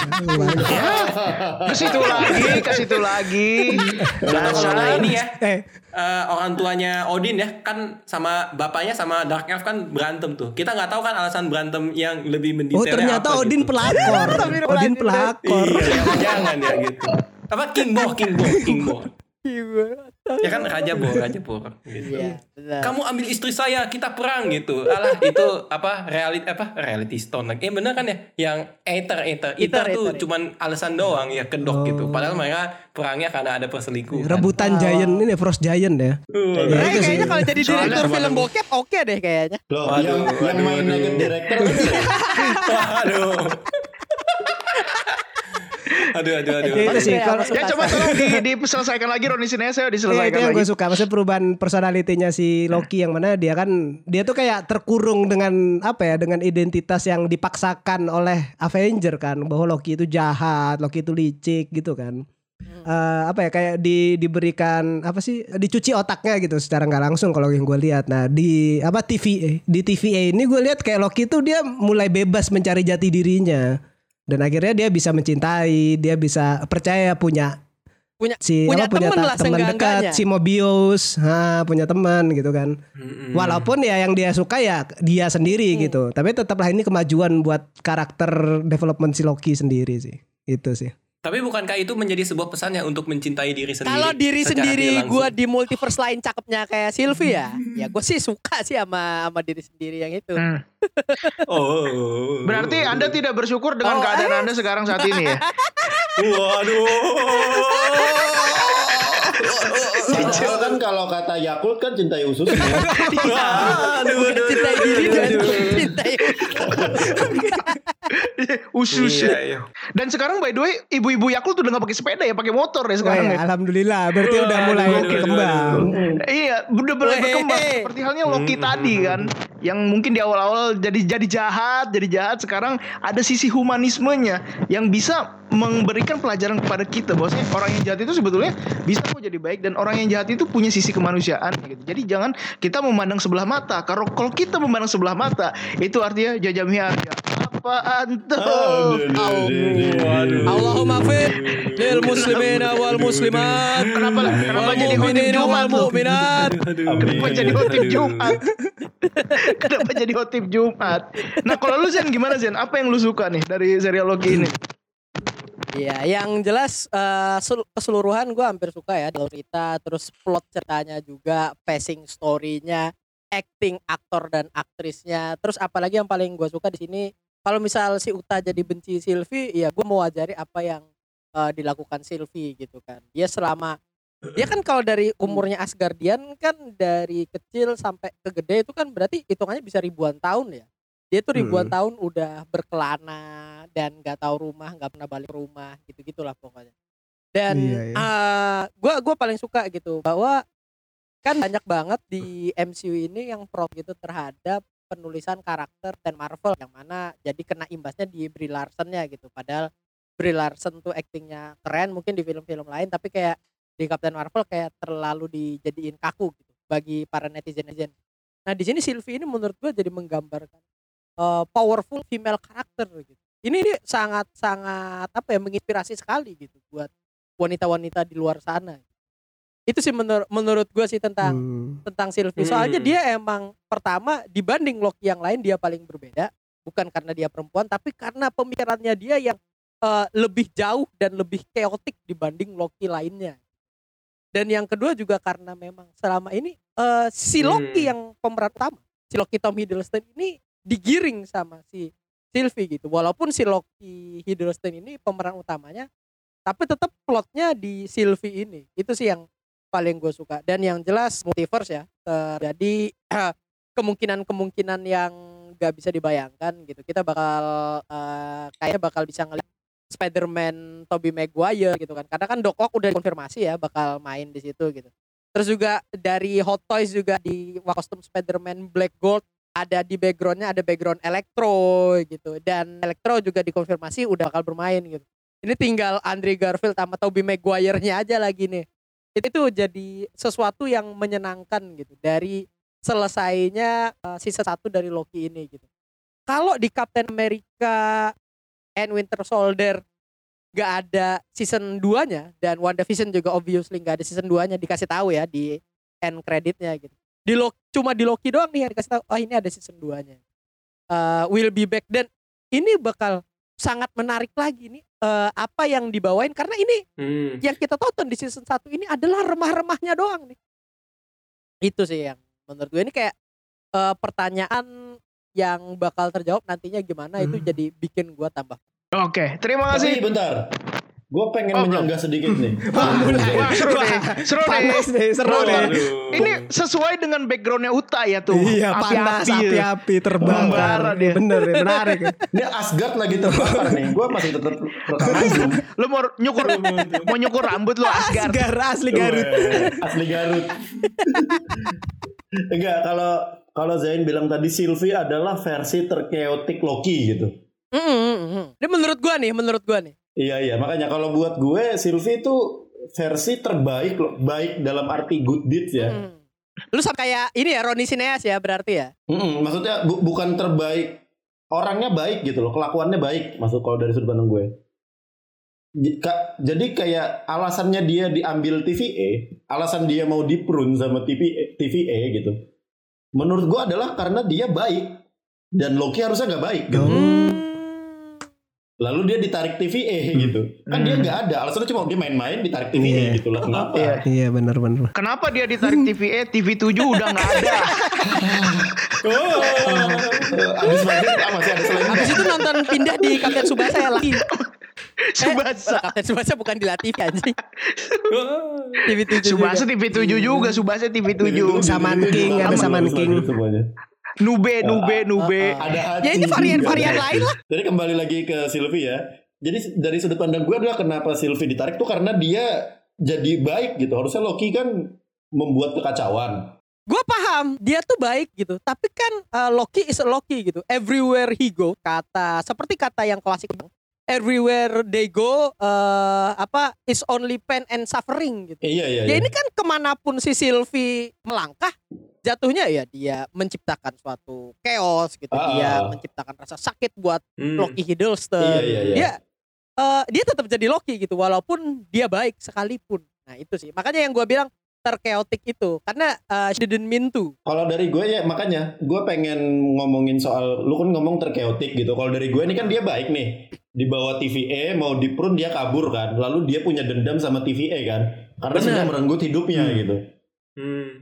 Ke situ lagi, ke situ lagi. Atau kalau nggak ini ya, Eh, eh, orang tuanya Odin ya kan sama bapaknya sama Dark Elf kan berantem tuh. Kita nggak tahu kan alasan berantem yang lebih mendetailnya oh ternyata apa Odin gitu. pelakor. Odin pelakor. Iya, jangan ya gitu. Apa King Bo, King Bo, King Bo. Ya kan Raja Bo, Raja Bo. Gitu. Iya, benar. Kamu ambil istri saya, kita perang gitu. Alah itu apa reality apa reality stone lagi. Eh bener kan ya? Yang Aether Aether. Aether Aether, tuh Aether. cuman alasan doang ya kedok gitu. Padahal mereka perangnya karena ada perselingkuhan. Rebutan Giant ini Frost Giant ya. Uh, Ray itu sih. kayaknya kalau jadi Soalnya- direktur film bokep oke deh kayaknya. Loh, Waduh, yang, waduh, yang main waduh. naked director kan dia. Aduh. Aduh aduh aduh. Ya, itu sih Oke, kalau apa Ya coba tolong di, diselesaikan lagi Roni sini saya Iya, diselesaikan itu yang lagi. gue suka. Maksudnya perubahan personalitinya si Loki yang mana dia kan dia tuh kayak terkurung dengan apa ya dengan identitas yang dipaksakan oleh Avenger kan bahwa Loki itu jahat, Loki itu licik gitu kan. Eh, apa ya kayak di diberikan apa sih dicuci otaknya gitu secara nggak langsung kalau yang gue lihat. Nah di apa T V A di T V A ini gue lihat kayak Loki tuh dia mulai bebas mencari jati dirinya dan akhirnya dia bisa mencintai, dia bisa percaya punya Punya si punya apa, punya temen ta- lah teman seenggak-enggaknya. dekat si Mobius, ha, punya teman gitu kan. Walaupun ya yang dia suka ya dia sendiri gitu. Tapi tetaplah ini kemajuan buat karakter development si Loki sendiri sih. Itu sih. Tapi bukankah itu menjadi sebuah pesannya untuk mencintai diri sendiri? Kalau diri secara sendiri tidak langsung? gue di multiverse lain cakepnya kayak Sylvie ya, ya gue sih suka sih sama sama diri sendiri yang itu. Hmm. Oh. Berarti Anda tidak bersyukur dengan Oh, keadaan Anda sekarang saat ini ya? Waduh. Padahal kan kalau kata Yakult kan cintai ususnya. Aduh, aduh, Cintai aduh, diri aduh, dan aduh. cintai Usus Iya, ya. iya. Dan sekarang by the way ibu-ibu Yakult udah gak pakai sepeda ya, pakai motor ya Wah, sekarang ya, ya. alhamdulillah berarti udah Waduh, mulai waduh, berkembang. Iya, udah mulai Weh. berkembang seperti halnya Loki tadi kan, yang mungkin di awal-awal jadi jadi jahat, jadi jahat. Sekarang ada sisi humanismenya yang bisa memberikan pelajaran kepada kita bahwasanya orang yang jahat itu sebetulnya bisa kok jadi baik dan orang yang jahat itu punya sisi kemanusiaan gitu. Jadi jangan kita memandang sebelah mata. Kalau kalau kita memandang sebelah mata itu artinya jajam harga. Apaan tuh? Allahumma fir lil muslimina wal muslimat. Kenapa kenapa wal jadi khotib mu'minina Jumat wal lu? mu'minat. Kenapa jadi khotib Jumat? Kenapa jadi khotib Jumat? Nah kalau lu Zen gimana Zen? Apa yang lu suka nih dari serial Loki ini? Iya, yang jelas eh, sel- keseluruhan gue hampir suka ya, cerita, terus plot ceritanya juga, pacing story-nya. acting aktor dan aktrisnya. Terus apalagi yang paling gue suka di sini, kalau misal si Uta jadi benci Sylvie, ya gue mau ajari apa yang uh, dilakukan Sylvie gitu kan. Dia selama dia kan kalau dari umurnya Asgardian kan dari kecil sampai ke gede itu kan berarti hitungannya bisa ribuan tahun ya. Dia tuh ribuan hmm. tahun udah berkelana dan nggak tahu rumah, nggak pernah balik ke rumah, gitu-gitulah pokoknya. Dan iya, iya. Uh, gua gua paling suka gitu bahwa kan banyak banget di M C U ini yang pro gitu terhadap penulisan karakter Captain Marvel yang mana jadi kena imbasnya di Brie Larson-nya gitu. Padahal Brie Larson tuh actingnya keren mungkin di film-film lain, tapi kayak di Captain Marvel kayak terlalu dijadiin kaku gitu bagi para netizen-netizen. Nah di sini Sylvie ini menurut gue jadi menggambarkan uh, powerful female karakter gitu. Ini ini sangat-sangat apa ya menginspirasi sekali gitu buat wanita-wanita di luar sana. Itu sih menur- menurut gue sih tentang hmm. tentang Sylvie. Soalnya hmm. dia emang pertama dibanding Loki yang lain dia paling berbeda, bukan karena dia perempuan tapi karena pemikirannya dia yang uh, lebih jauh dan lebih chaotic dibanding Loki lainnya. Dan yang kedua juga karena memang selama ini uh, si Loki hmm. yang pemeran utama, si Loki Tom Hiddleston ini digiring sama si Sylvie gitu. Walaupun si Loki Hiddleston ini pemeran utamanya, tapi tetap plotnya di Sylvie ini. Itu sih yang paling gue suka. Dan yang jelas multiverse ya. Jadi kemungkinan-kemungkinan yang gak bisa dibayangkan gitu. Kita bakal uh, kayaknya bakal bisa ngeliat Spider-Man Tobey Maguire gitu kan. Karena kan Doc Ock udah konfirmasi ya bakal main di situ gitu. Terus juga dari Hot Toys juga di kostum Spider-Man Black Gold ada di backgroundnya ada background Electro gitu. Dan Electro juga dikonfirmasi udah bakal bermain gitu. Ini tinggal Andrew Garfield sama Tobey Maguire-nya aja lagi nih. Itu jadi sesuatu yang menyenangkan gitu dari selesainya uh, season satu dari Loki ini gitu. Kalau di Captain America and Winter Soldier gak ada season dua-nya dan WandaVision juga obviously gak ada season dua-nya dikasih tahu ya di end credit-nya gitu. Di Loki, cuma di Loki doang nih yang dikasih tahu oh ini ada season dua-nya. Uh, will be back dan ini bakal sangat menarik lagi nih uh, apa yang dibawain karena ini hmm. yang kita tonton di season satu ini adalah remah-remahnya doang nih. Itu sih yang menurut gue ini kayak uh, pertanyaan yang bakal terjawab nantinya gimana hmm. itu jadi bikin gue tambah. Oke, terima kasih. Tapi bentar. Gue pengen oh, menyanggah sedikit nih. Wah, mulai. Wah, seru nih. Seru nih. Seru nih. Ini sesuai dengan backgroundnya Uta ya tuh. Iya, panas, api-api terbakar. Bener, menarik. Ini Asgard lagi terbakar nih. Gue masih tetap rekaman. Lu mau nyukur mau nyukur rambut lu Asgard. Asgard asli Garut. Asli Garut. Enggak, kalau kalau Zain bilang tadi Sylvie adalah versi terkeotik Loki gitu. Mm-hmm. Ini menurut gue nih, menurut gue nih. Iya iya makanya kalau buat gue Sylvie itu versi terbaik loh, baik dalam arti good deeds ya. Hmm. Lu sama kayak ini ya Ronnie Sineas ya berarti ya. Mm-mm, maksudnya bu- bukan terbaik orangnya baik gitu loh, kelakuannya baik maksud kalau dari sudut pandang gue. Jadi kayak alasannya dia diambil T V A, alasan dia mau diprun sama T V A, T V A gitu. Menurut gue adalah karena dia baik dan Loki harusnya nggak baik. Gitu. Hmm. Lalu dia ditarik T V A gitu. Kan hmm. dia gak ada. Alasannya cuma dia main-main ditarik T V A yeah. gitu lah. Kenapa? Iya yeah, benar-benar. Kenapa dia ditarik T V A? T V tujuh udah gak ada. oh. Abis maghrib ah, masih ada selain. Abis itu nonton pindah di Kapten Tsubasa ya lagi. Subasa. Eh, Kapten Tsubasa bukan di Latif anjing. T V tujuh Subasa T V tujuh juga. Subasa T V tujuh. Saman King. Ada Saman King. Nube, nube, nube. Uh, uh, ada ya ini varian-varian lain lah. Jadi kembali lagi ke Sylvie ya. Jadi dari sudut pandang gue adalah kenapa Sylvie ditarik tuh karena dia jadi baik gitu. Harusnya Loki kan membuat kekacauan. Gue paham, dia tuh baik gitu. Tapi kan uh, Loki is a Loki gitu. Everywhere he go, kata seperti kata yang klasik. Everywhere they go, uh, apa is only pain and suffering gitu. Iya iya. Ya iya. ini kan kemanapun si Sylvie melangkah. Jatuhnya ya dia menciptakan suatu chaos gitu, ah, dia menciptakan rasa sakit buat hmm. Loki Hiddleston. Iya, iya, iya. Dia uh, dia tetap jadi Loki gitu, walaupun dia baik sekalipun. Nah itu sih, makanya yang gue bilang terkeotik itu, karena uh, she didn't mean to. Kalau dari gue ya makanya gue pengen ngomongin soal, lu kan ngomong terkeotik gitu. Kalau dari gue ini kan dia baik nih, dibawa T V A mau diprun dia kabur kan, lalu dia punya dendam sama T V A kan, karena sudah merenggut hidupnya hmm. gitu. Hmm.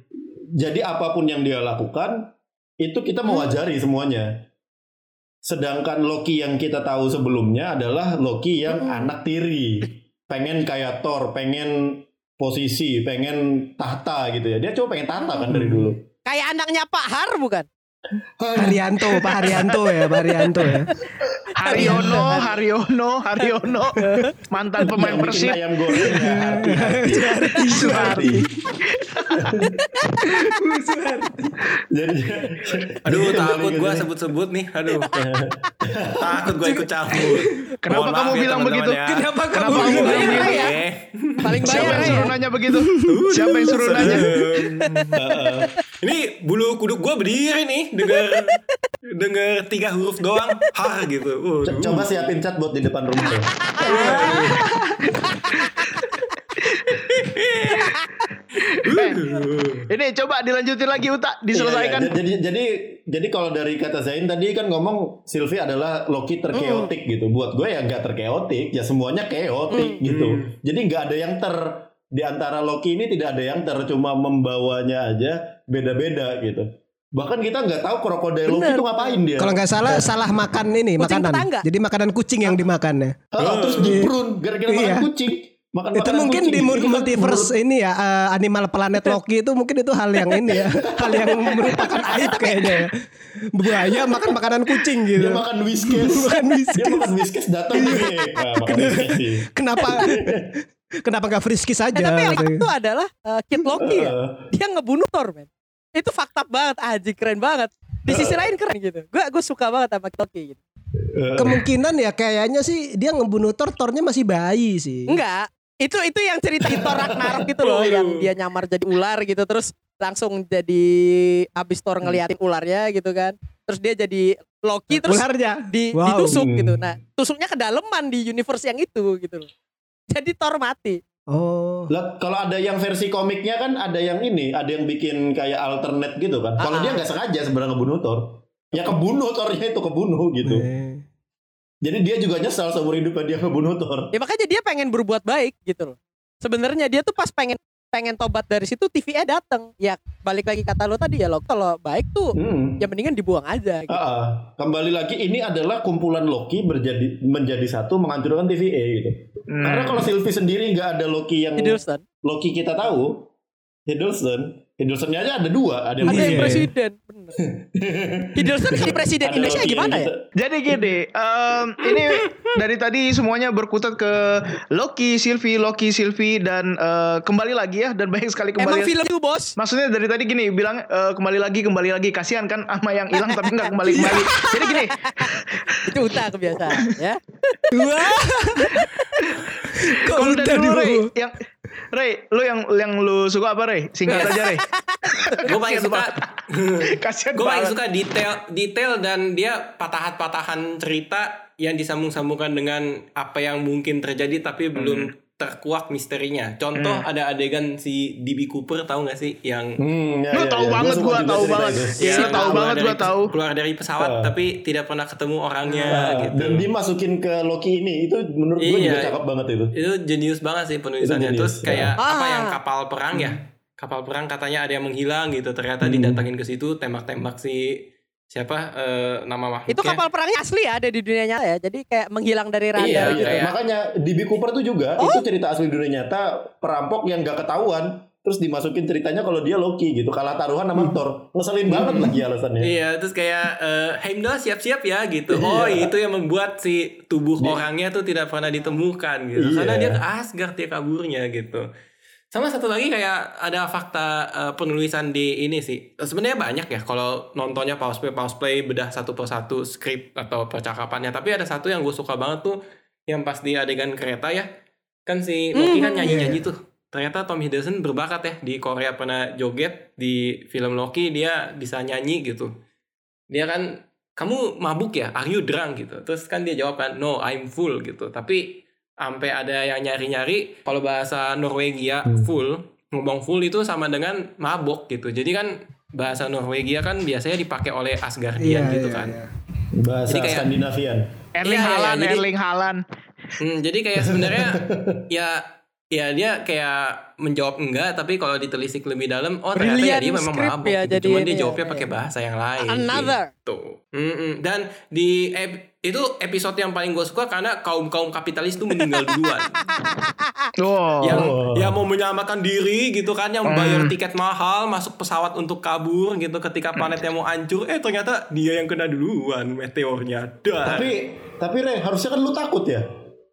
Jadi apapun yang dia lakukan itu kita mewajari semuanya. Sedangkan Loki yang kita tahu sebelumnya adalah Loki yang hmm. anak tiri, pengen kayak Thor, pengen posisi, pengen tahta gitu ya. Dia cuma pengen tahta kan dari dulu. Kayak anaknya Pak Har bukan? Haryanto, Pak Haryanto ya, Pak Haryanto ya. Haryono, Haryono, Haryono, mantan pemain Persib. Ayam goreng ya, hati-hati. Suharti. Jadi, aduh takut gue sebut-sebut nih, aduh. Takut gue ikut campur. Kenapa kamu ya, bilang begitu? Ya. Kenapa Kenapa kamu kamu bilang bilang begitu? Ya? Paling Siapa yang banyak suruh ya? nanya begitu? Siapa yang suruh nanya? Ini bulu kuduk gue berdiri nih dengar dengar tiga huruf doang har gitu. Co- coba siapin chat buat di depan rumah ya. Eh, ini coba dilanjutin lagi Uta, diselesaikan. Iya, iya. Jadi jadi jadi kalau dari kata Zain tadi kan ngomong Sylvie adalah Loki terkeotik mm. gitu. Buat gue ya nggak terkeotik, ya semuanya keotik mm. gitu. Jadi nggak ada yang ter di antara Loki ini tidak ada yang ter, cuma membawanya aja beda-beda gitu. Bahkan kita nggak tahu krokodil Loki itu ngapain dia. Kalau nggak salah salah makan ini kucing makanan. tetangga. Jadi makanan kucing yang dimakannya. Oh, terus diprun gara-gara Iya. makan kucing. Makan Itu mungkin kucing. di Jadi multiverse menurut- ini ya uh, animal planet Loki itu mungkin itu hal yang ini ya, hal yang merupakan aib kayaknya ya. Buaya makan makanan kucing gitu. Dia makan whiskas. Makan whiskas. Dia makan whiskas datang nih. Nah, makan whiskas sih. Kenapa kenapa nggak Friskies Eh, aja? tapi yang katanya. itu adalah uh, Kid Loki ya. Dia ngebunuh Thor, men. Itu fakta banget, aji keren banget. Di sisi lain keren gitu. Gue gue suka banget sama Kid Loki gitu. Kemungkinan ya kayaknya sih dia ngebunuh Thor, Thornya masih bayi sih. Enggak. Itu itu yang cerita di Thor Ragnarok gitu loh, yang dia nyamar jadi ular gitu terus langsung jadi abis Thor ngeliatin ularnya gitu kan. Terus dia jadi Loki terus Ularnya di, Wow. ditusuk gitu. Nah, tusuknya kedalaman di universe yang itu gitu loh. Jadi Thor mati. Oh. Lah kalau ada yang versi komiknya kan ada yang ini, ada yang bikin kayak alternate gitu kan. Kalau Ah. dia nggak sengaja sebenarnya ngebunuh Thor. Ya kebunuh Thornya itu kebunuh gitu. Eh. Jadi dia juga nyesal seumur hidupnya dia ngebunuh Thor. Ya makanya dia pengen berbuat baik gitu loh. Sebenarnya dia tuh pas pengen pengen tobat dari situ T V-nya datang. Ya balik lagi kata lo tadi ya lo kalau baik tuh Hmm. ya mendingan dibuang aja gitu. Ah, ah. Kembali lagi ini adalah kumpulan Loki berjadi menjadi satu menghancurkan T V A gitu. Hmm. Karena kalau Sylvie sendiri nggak ada Loki yang Hiddleston. Loki kita tahu, Hiddleston, Hiddlestonnya aja ada dua, ada yang Ada yang Iya. presiden, bener. Hiddleston jadi presiden ada Indonesia Loki gimana yang ya? kita- Jadi gini, em, ini dari tadi semuanya berkutat ke Loki, Sylvie, Loki, Sylvie dan eh, kembali lagi ya dan banyak sekali Emang kembali. film itu bos? Maksudnya dari tadi gini bilang eh, kembali lagi kembali lagi kasihan kan sama yang hilang tapi nggak kembali kembali. Jadi gini, Itu utak kebiasaan ya. Wah. Kok kalau udah dari dulu Ray, dulu? yang Ray, lu yang yang lu suka apa Ray? Singkat aja Ray. Gue paling suka Kasihan gue paling banget. suka detail detail dan dia patahan-patahan cerita yang disambung-sambungkan dengan apa yang mungkin terjadi tapi belum terkuak misterinya. Contoh ada adegan si D B Cooper tahu gak sih yang Hmm, ya, Lu ya, tahu ya. banget, suka gua juga tahu cerita banget. itu. Iya, yang tahu keluar banget, dari- gua tahu. keluar dari pesawat Ah. tapi tidak pernah ketemu orangnya Ah, gitu. dan dimasukin ke Loki ini itu menurut gue Iya. juga cakep banget itu. Itu jenius banget sih penulisannya. Itu jenius, Terus kayak ya. apa Ah. yang kapal perang ya? Kapal perang katanya ada yang menghilang gitu. Ternyata Hmm. didatangin ke situ tembak-tembak si siapa eh, nama makhluknya. Itu kapal perangnya asli ya ada di dunia nyata ya. Jadi kayak menghilang dari radar Iya, gitu. Iya, kayak- makanya D B Cooper tuh juga itu cerita asli dunia nyata perampok yang gak ketahuan terus dimasukin ceritanya kalau dia Loki gitu kalah taruhan sama Thor ngeselin banget lagi alasannya. Iya, terus kayak eh, Heimdall siap-siap ya gitu. Oh, Iya. itu yang membuat si tubuh Dia- orangnya tuh tidak pernah ditemukan gitu. Iya. Karena dia ke Asgard dia kaburnya gitu. Sama satu lagi kayak ada fakta eh, penulisan di ini sih. Sebenarnya banyak ya kalau nontonnya pause play pause play bedah satu persatu skrip atau percakapannya. Tapi ada satu yang gue suka banget tuh yang pas di adegan kereta ya. Kan si Loki kan nyanyi-nyanyi tuh. Ternyata Tom Hiddleston berbakat ya di Korea pernah joget di film Loki dia bisa nyanyi gitu. Dia kan kamu mabuk ya? Are you drunk gitu. Terus kan dia jawab kan no I'm full gitu. Tapi sampai ada yang nyari-nyari kalau bahasa Norwegia full ngomong full itu sama dengan mabok gitu. Jadi kan bahasa Norwegia kan biasanya dipakai oleh Asgardian Iya, gitu iya, kan. iya. Bahasa Jadi kayak- Skandinavian. Erling Iya, iya, Haaland, jadi- Erling Haaland. Hmm, jadi kayak sebenarnya ya ya dia kayak menjawab enggak, tapi kalau ditelisik lebih dalam, oh ternyata ya dia memang mabuk. Ya, gitu. Cuman dia ya, jawabnya ya, pakai ya. bahasa yang lain. Another. Gitu. Dan di ep- itu episode yang paling gue suka karena kaum kaum kapitalis tuh meninggal duluan. Oh. Yang yang mau menyelamatkan diri gitu kan, yang bayar tiket mahal, masuk pesawat untuk kabur gitu ketika planetnya mau hancur, eh ternyata dia yang kena duluan meteornya. Dan Tapi tapi Re, harusnya kan lu takut ya.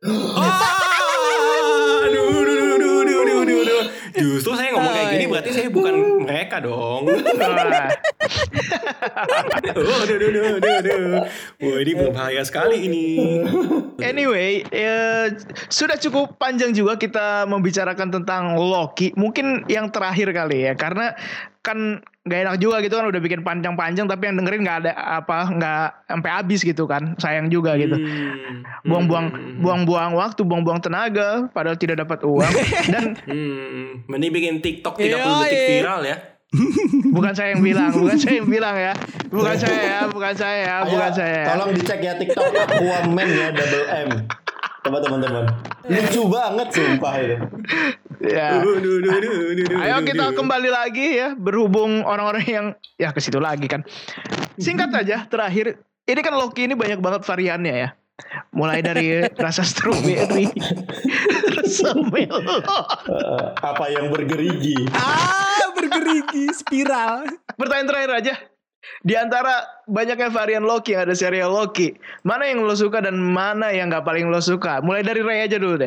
Ah, aduh, aduh, aduh, aduh, aduh, aduh, aduh, aduh. Justru saya ngomong kayak gini berarti saya bukan mereka dong. Aduh, aduh, aduh, aduh, aduh, aduh. Wah, ini berbahaya sekali ini. Anyway, ya, sudah cukup panjang juga kita membicarakan tentang Loki. Mungkin yang terakhir kali ya, karena kan nggak enak juga gitu kan, udah bikin panjang-panjang tapi yang dengerin nggak ada apa, nggak sampai habis gitu kan, sayang juga gitu. Hmm. Buang-buang, Hmm. buang-buang waktu, buang-buang tenaga, padahal tidak dapat uang. Dan Hmm. Mending bikin TikTok tiga puluh Yoi. detik viral ya. bukan saya yang bilang, bukan saya yang bilang ya, bukan saya ya, bukan saya ya, bukan Ayo, saya. tolong dicek ya TikTok Aquaman ya, double M. Coba teman-teman. Lucu banget sumpah itu. Ya. Duh, duh, duh, duh, duh, duh, Ayo duh, kita duh. kembali lagi ya, berhubung orang-orang yang ya ke situ lagi kan. Singkat aja terakhir, ini kan Loki ini banyak banget variannya ya. Mulai dari rasa strawberry, rasa melon. Eh, apa yang bergerigi? Ah, bergerigi spiral. Pertanyaan terakhir aja. Di antara banyaknya varian Loki yang ada serial Loki, mana yang lo suka dan mana yang gak paling lo suka? Mulai dari Ray aja dulu deh.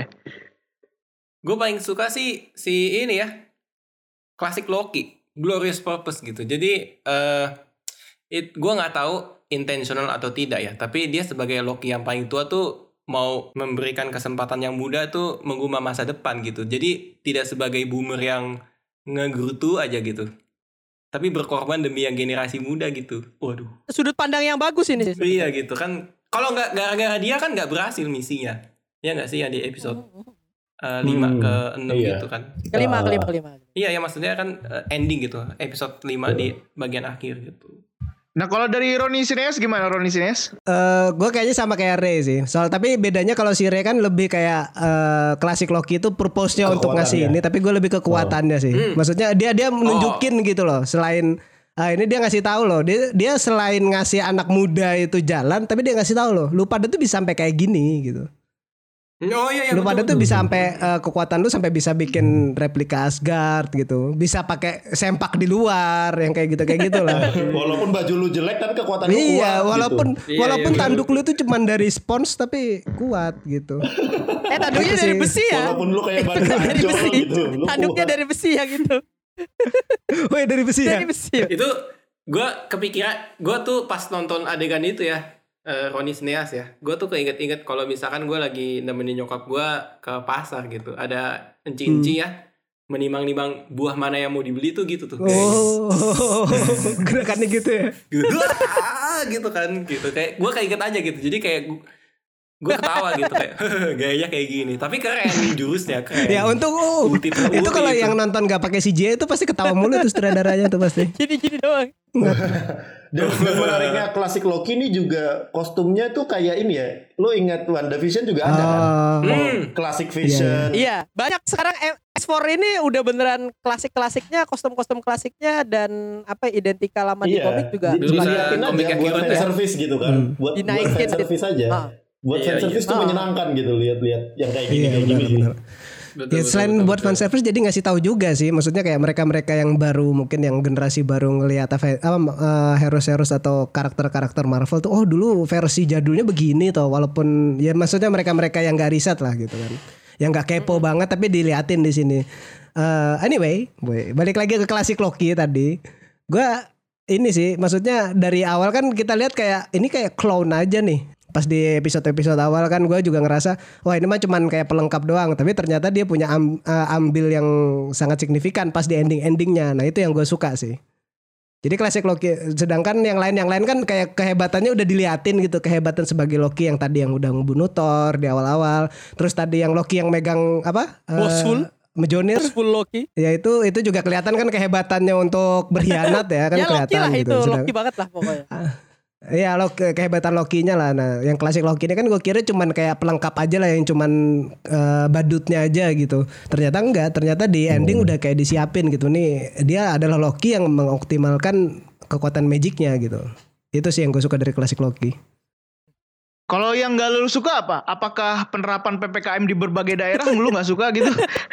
Gue paling suka sih si ini ya, klasik Loki, Glorious Purpose gitu. Jadi eh it gue nggak tahu intentional atau tidak ya, tapi dia sebagai Loki yang paling tua tuh mau memberikan kesempatan yang muda tuh mengubah masa depan gitu. Jadi tidak sebagai boomer yang ngegerutu aja gitu, tapi berkorban demi yang generasi muda gitu. Waduh. Sudut pandang yang bagus ini. Iya gitu kan. Kalau nggak gara-gara dia kan nggak berhasil misinya. Ya nggak sih yang di episode uh, lima Hmm, ke enam iya. gitu kan. Kelima, kelima, kelima. Iya ya maksudnya kan uh, ending gitu. Episode lima di bagian akhir gitu. Nah kalau dari Roni Sines gimana Roni Sines? Eh, gue kayaknya sama kayak Ray sih. Soal tapi bedanya kalau si Ray kan lebih kayak eh, klasik Loki itu purpose-nya untuk ngasih Kekuatannya. ini, tapi gue lebih kekuatannya sih. Hmm. Maksudnya dia dia menunjukin gitu loh. Selain ah, ini dia ngasih tahu loh. Dia dia selain ngasih anak muda itu jalan, tapi dia ngasih tahu loh. Lu pada tuh bisa sampai kayak gini gitu. Oh iya, iya Lu pada betul. tuh bisa sampai eh, kekuatan lu sampai bisa bikin replika Asgard gitu. Bisa pakai sempak di luar yang kayak gitu kayak gitu lah. Walaupun baju lu jelek tapi kekuatan lu kuat. Iya, walaupun Iya, walaupun iya, tanduk lu itu cuman dari spons tapi kuat gitu. Eh tanduknya Itu dari sih. besi ya. Walaupun lu kayak ban dari pancol besi. gitu. Lu Tanduknya kuat. dari besi ya gitu. Woi dari besi ya. Dari besi. Ya? Itu gue kepikiran, gue tuh pas nonton adegan itu ya, uh, Roni Sneas ya, gue tuh keinget-inget kalau misalkan gue lagi nemenin nyokap gue ke pasar gitu, ada enci-enci ya, menimang-nimang buah mana yang mau dibeli tuh gitu tuh. Oh, gerakannya gitu ya. Gitu, ah, gitu kan, gitu kayak gue keinget aja gitu, jadi kayak gue ketawa gitu kayak gayanya kayak gini, tapi keren jurusnya keren. Ya untuk oh, Ulti ter itu ulti kalau itu. yang nonton gak pakai C G I itu pasti ketawa mulu tuh sutradaranya tuh pasti. Gini-gini doang. Dan dan menariknya klasik Loki ini juga kostumnya tuh kayak ini ya. Lu ingat WandaVision juga ada kan? Oh. Hmm. Classic Vision. Iya, banyak sekarang S four ini udah beneran klasik-klasiknya, kostum-kostum klasiknya dan apa identikal sama di komik juga. Di- Jurusan Dilihatin aja komik buat accurate fan ya. service gitu kan. Hmm. Buat buat Dinaikin fan service aja. Ah. Buat Iya, fan service iya. tuh Ah. menyenangkan gitu lihat-lihat yang kayak gini Iya kayak benar gini. benar. Betul, Ya betul, selain betul, buat betul. fan service jadi ngasih tahu juga sih. Maksudnya kayak mereka-mereka yang baru mungkin yang generasi baru ngelihat apa apa, eh, heroes-heroes atau karakter-karakter Marvel tuh oh dulu versi jadulnya begini toh walaupun ya maksudnya mereka-mereka yang gak riset lah gitu kan. Yang gak kepo banget tapi diliatin di sini. Eh, anyway, boy, balik lagi ke klasik Loki tadi. Gua ini sih maksudnya dari awal kan kita lihat kayak ini kayak clone aja nih. Pas di episode-episode awal kan gue juga ngerasa wah ini mah cuman kayak pelengkap doang, tapi ternyata dia punya am, uh, ambil yang sangat signifikan pas di ending-endingnya. Nah itu yang gue suka sih. Jadi klasik Loki, sedangkan yang lain yang lain kan kayak kehebatannya udah diliatin gitu, kehebatan sebagai Loki yang tadi yang udah ngebunuh Thor di awal-awal, terus tadi yang Loki yang megang apa? Uh, Bosul. Mjolnir. Full Loki. Ya itu itu juga kelihatan kan kehebatannya untuk berkhianat ya kan Ya Loki kelihatan lah gitu. itu, Sedang- Loki banget lah pokoknya. Iya, lo ke- kehebatan Loki-nya lah. Nah, yang klasik Loki ini kan gue kira cuman kayak pelengkap aja lah, yang cuman eh, badutnya aja gitu. Ternyata enggak, ternyata di ending udah kayak disiapin gitu nih. Dia adalah Loki yang mengoptimalkan kekuatan magicnya gitu. Itu sih yang gue suka dari klasik Loki. Kalau yang gak lu suka apa? Apakah penerapan P P K M di berbagai daerah lu gak suka gitu?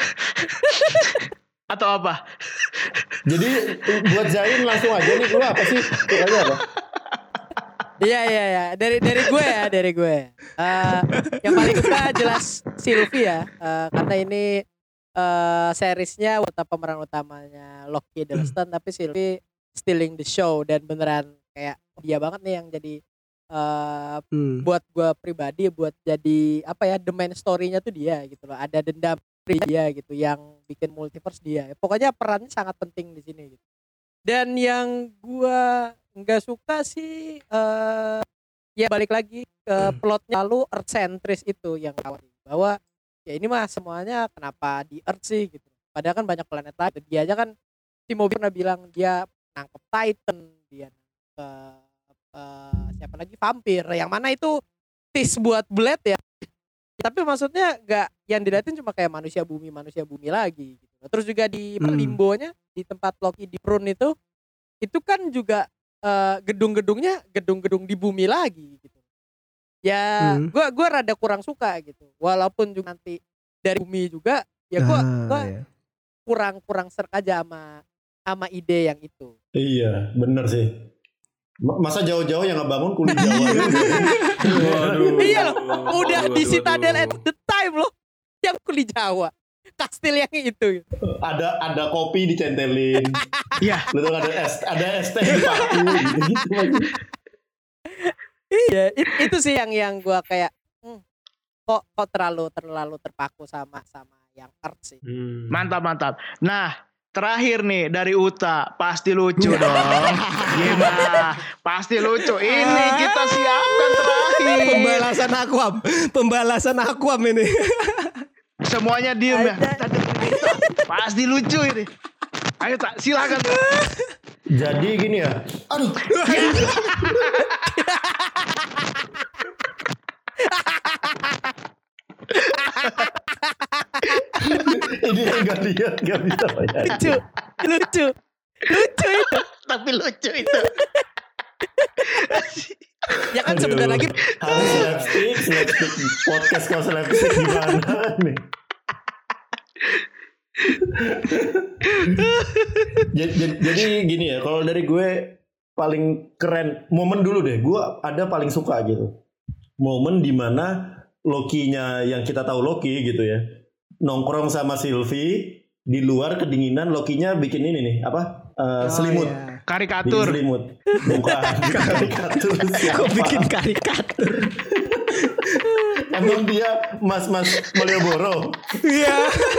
Atau apa? Jadi buat Zain langsung aja nih, lu apa sih? Sukanya apa? Iya iya iya, dari dari gue ya, dari gue. Eh, yang paling suka jelas Sylvie ya, Eh, karena ini eh seriesnya buat pemeran utamanya Loki Hiddleston, tapi Sylvie stealing the show dan beneran kayak dia banget nih yang jadi eh Hmm. buat gue pribadi, buat jadi apa ya, the main story-nya tuh dia gitu loh. Ada dendam dia gitu yang bikin multiverse dia. Pokoknya perannya sangat penting di sini gitu. Dan yang gua nggak suka sih eh ya balik lagi ke plotnya lalu earth centris itu yang kawat bahwa ya ini mah semuanya kenapa di earth sih gitu. Padahal kan banyak planet lain. Dia aja kan si Mobi pernah bilang dia nangkep Titan, dia ke siapa lagi vampir, yang mana itu tis buat Blade ya. Tapi maksudnya nggak yang dilihatin cuma kayak manusia bumi manusia bumi lagi gitu. Terus juga di Hmm. limbonya di tempat Loki di Prune itu itu kan juga eh, gedung-gedungnya gedung-gedung di bumi lagi gitu. Ya Hmm. gua gua rada kurang suka gitu. Walaupun juga nanti dari bumi juga ya gua Ah, gua iya. kurang kurang serk aja sama sama ide yang itu. Iya, bener sih. Ma- Masa jauh-jauh yang ngebangun kulit Jawa juga. Waduh. Iya loh, udah Waduh, di waduh, Citadel waduh. at the time loh. Yang kuli Jawa. Kastil yang itu. ada ada kopi dicentelin. Iya. Lu tau ada es ada es teh di paku gitu. Iya, it- itu sih yang yang gua kayak hmm, kok kok terlalu terlalu terpaku sama sama yang Earth sih. Hmm. Mantap mantap. Nah, terakhir nih dari Uta, pasti lucu dong. Gimana? Pasti lucu. Ini kita siapkan terakhir. Pembalasan Aquam, pembalasan Aquam ini. Semuanya diem ya. Ada. Pasti lucu ini. Ayo tak, silakan. Jadi gini ya. Aduh. Ini yang gak lihat gak bisa bayangin. Lucu, lucu, lucu itu. Tapi lucu itu. Ya kan sebentar Aduh. lagi Harus slapstick, slapstick podcast kalau slapstick gimana nih? jadi, jadi, jadi gini ya, kalau dari gue paling keren momen dulu deh. Gue ada paling suka gitu. Momen dimana Loki-nya yang kita tahu Loki gitu ya, nongkrong sama Sylvie di luar kedinginan. Loki-nya bikin ini nih apa? Uh, selimut. iya. Bikin Karikatur. selimut. Bukan karikatur. Kok Siapa? bikin karikatur? Emang dia mas-mas Malioboro. Iya.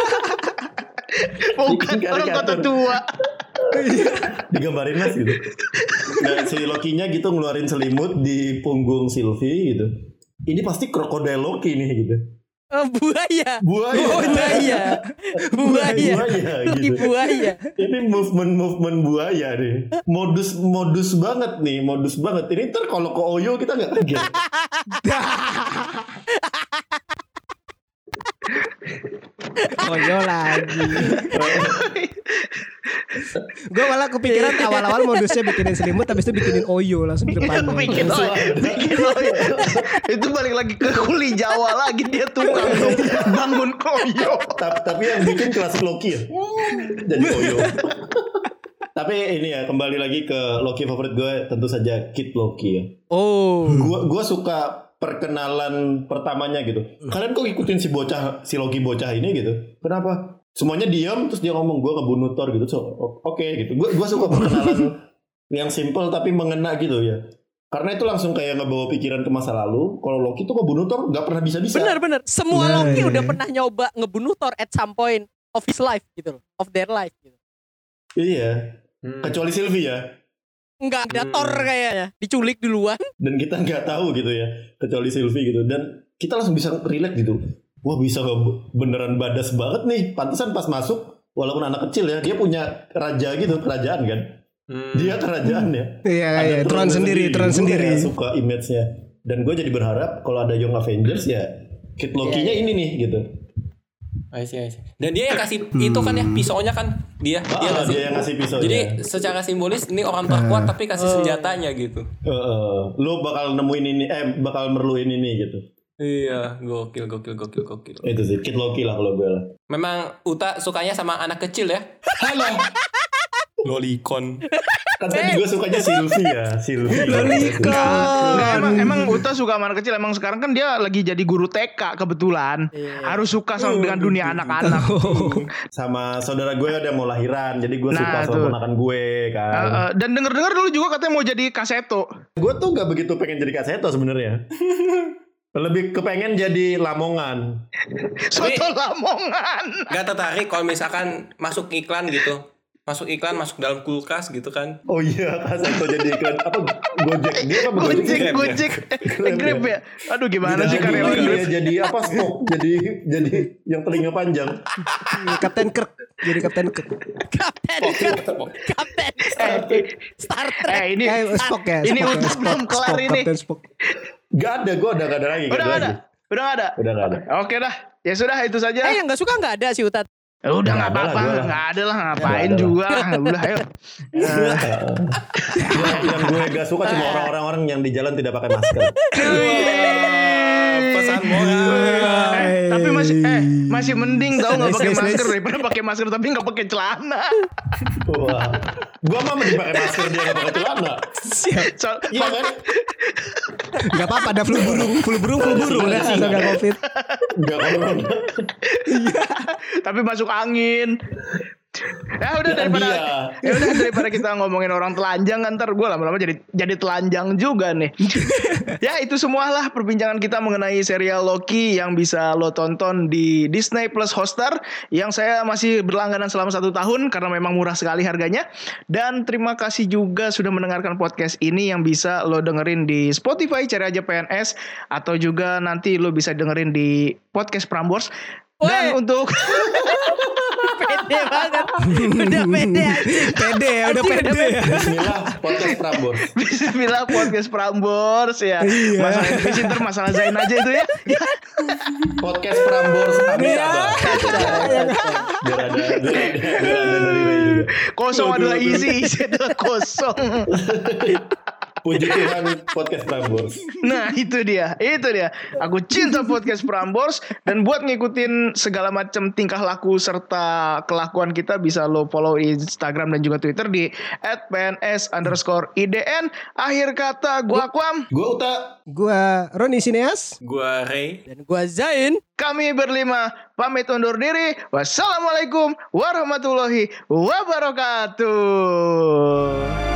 Bukan Bikin orang kota karikatur. tua. Digambarin mas gitu. Nah si Loki-nya gitu ngeluarin selimut di punggung Sylvie gitu. Ini pasti krokodil Loki nih gitu. eh, buaya. Buaya. Buaya. Buaya. Buaya Loki gitu. buaya. Ini movement-movement buaya nih. Modus modus banget nih, modus banget. Ini ntar kalau ke Oyo kita nggak kaget. Koyo lagi. Gue malah kepikiran awal-awal modusnya bikinin selimut, habis itu bikinin Oyo langsung di depannya. Bikin lo, bikin lo. Itu balik lagi ke kuli Jawa lagi, dia tukang dong bangun koyo. tapi, tapi yang bikin kelas Loki ya. Jadi Oyo. Tapi ini ya kembali lagi ke Loki favorit gue tentu saja Kid Loki ya. Oh. Gua gua suka perkenalan pertamanya gitu. Kalian kok ikutin si bocah si Loki bocah ini gitu? Kenapa? Semuanya diam terus dia ngomong gua ngebunuh Thor gitu. So, o- oke gitu. Gua gua suka perkenalan yang simple tapi mengena gitu ya. Karena itu langsung kayak ngebawa pikiran ke masa lalu. Kalau Loki tuh ngebunuh Thor nggak pernah bisa-bisa. Bener bener. Semua Nah, Loki iya. udah pernah nyoba ngebunuh Thor at some point of his life gitu loh, of their life gitu. Iya. Hmm. Kecuali Sylvie ya. Enggak ada Hmm. Thor kayaknya, diculik duluan. Dan kita nggak tahu gitu ya. Kecuali Sylvie gitu. Dan kita langsung bisa relate gitu. Wah bisa nggak beneran badas banget nih. Pantesan pas masuk walaupun anak kecil ya dia punya raja gitu kerajaan kan. Hmm. Dia kerajaan ya. Iya, Ada iya, Tron sendiri, Tron Gua sendiri. kayak suka image-nya. Dan gue jadi berharap kalau ada Young Avengers ya Kid Loki-nya ini nih gitu. I see, I see. Dan dia yang kasih itu kan ya pisaunya kan dia Ah, dia, ngasih. dia yang ngasih pisaunya. Jadi secara simbolis ini orang terkuat tapi kasih senjatanya gitu. Uh, uh, lu bakal nemuin ini, eh bakal merluin ini gitu. Iya, gokil, gokil, gokil, gokil. Itu sih Kid Loki lah kalau gue lah. Memang Uta sukanya sama anak kecil ya? Halo. Lolicon. Kan tadi gue sukanya Sylvie ya, Sylvie. Lolicon. Nggak, emang, emang Uta suka sama anak kecil. Emang sekarang kan dia lagi jadi guru T K kebetulan. Iya. Harus suka sama dengan dunia anak-anak. Sama saudara gue udah mau lahiran, jadi gue Nah, suka sama tuh. ponakan gue kan. Uh, uh, dan denger-dengar dulu juga katanya mau jadi Kaseto. Gue tuh gak begitu pengen jadi Kaseto sebenarnya. Lebih kepengen jadi Lamongan. Soto Lamongan. Gak tertarik kalau misalkan masuk iklan gitu. Masuk iklan, masuk dalam kulkas gitu kan. Oh iya, Kaseto jadi iklan apa Gojek dia apa Gojek, Grab ya? Gojek, Grab Grab ya. Aduh gimana sih Jadi karyawan ini Grab? ya, jadi apa smoke, jadi jadi yang telinga panjang. Kapten Kirk. Jadi Kapten Kirk. Kapten Kapten Star Trek. Eh ini Eh, Spock ya. Ini Spock ya, untuk Spock. belum kelar Spock, ini. Kapten Spock. Gak ada, gue udah gak ada lagi. Udah gak gak ada. lagi. Udah gak ada. Udah gak ada. Oke dah. Ya sudah itu saja. Eh yang nggak suka nggak ada si Utat. Ya udah nggak Nggak ada lah, apa-apa, gua lah. nggak ada lah ngapain Nggak ada juga. Udah ayo. yang, yang gue gak suka cuma orang-orang yang di jalan tidak pakai masker. Pesan moral. Eh, tapi masih eh masih mending tau nggak Nice, pakai nice, masker nice. daripada pakai masker tapi nggak pakai celana. Wah, gue mah mending pakai masker dia gak pakai celana. So- Iya kan? Gak apa-apa, ada flu burung, flu burung, flu burung. Udah asal gak covid. Gak corona. tapi masuk angin. Ya udah daripada ya udah daripada kita ngomongin orang telanjang ntar gue lama-lama jadi jadi telanjang juga nih. Ya itu semualah perbincangan kita mengenai serial Loki yang bisa lo tonton di Disney Plus Hotstar yang saya masih berlangganan selama satu tahun karena memang murah sekali harganya. Dan terima kasih juga sudah mendengarkan podcast ini yang bisa lo dengerin di Spotify, cari aja P N S, atau juga nanti lo bisa dengerin di podcast Prambors. Dan Weh. untuk Pede banget. Udah pede anjing. Pede ya, udah Anjing, pede ya. Bismillah podcast Prambors. Bismillah podcast Prambors ya. Iya. Masalah Indonesia ntar masalah Zain aja itu ya. Podcast Prambors Amitabha. Iya. Biar ada, biar ada, biar ada dari Ray juga. Kosong adalah isi, isi adalah kosong. Puji Tuhan podcast Prambors. Nah itu dia, itu dia. Aku cinta podcast Prambors. Dan buat ngikutin segala macam tingkah laku serta kelakuan kita bisa lo follow Instagram dan juga Twitter di at pns underscore idn. Akhir kata gua Akwam, Gue Uta. Gua Roni Sineas. Gua Ray. Dan gua Zain. kami berlima pamit undur diri. Wassalamualaikum warahmatullahi wabarakatuh.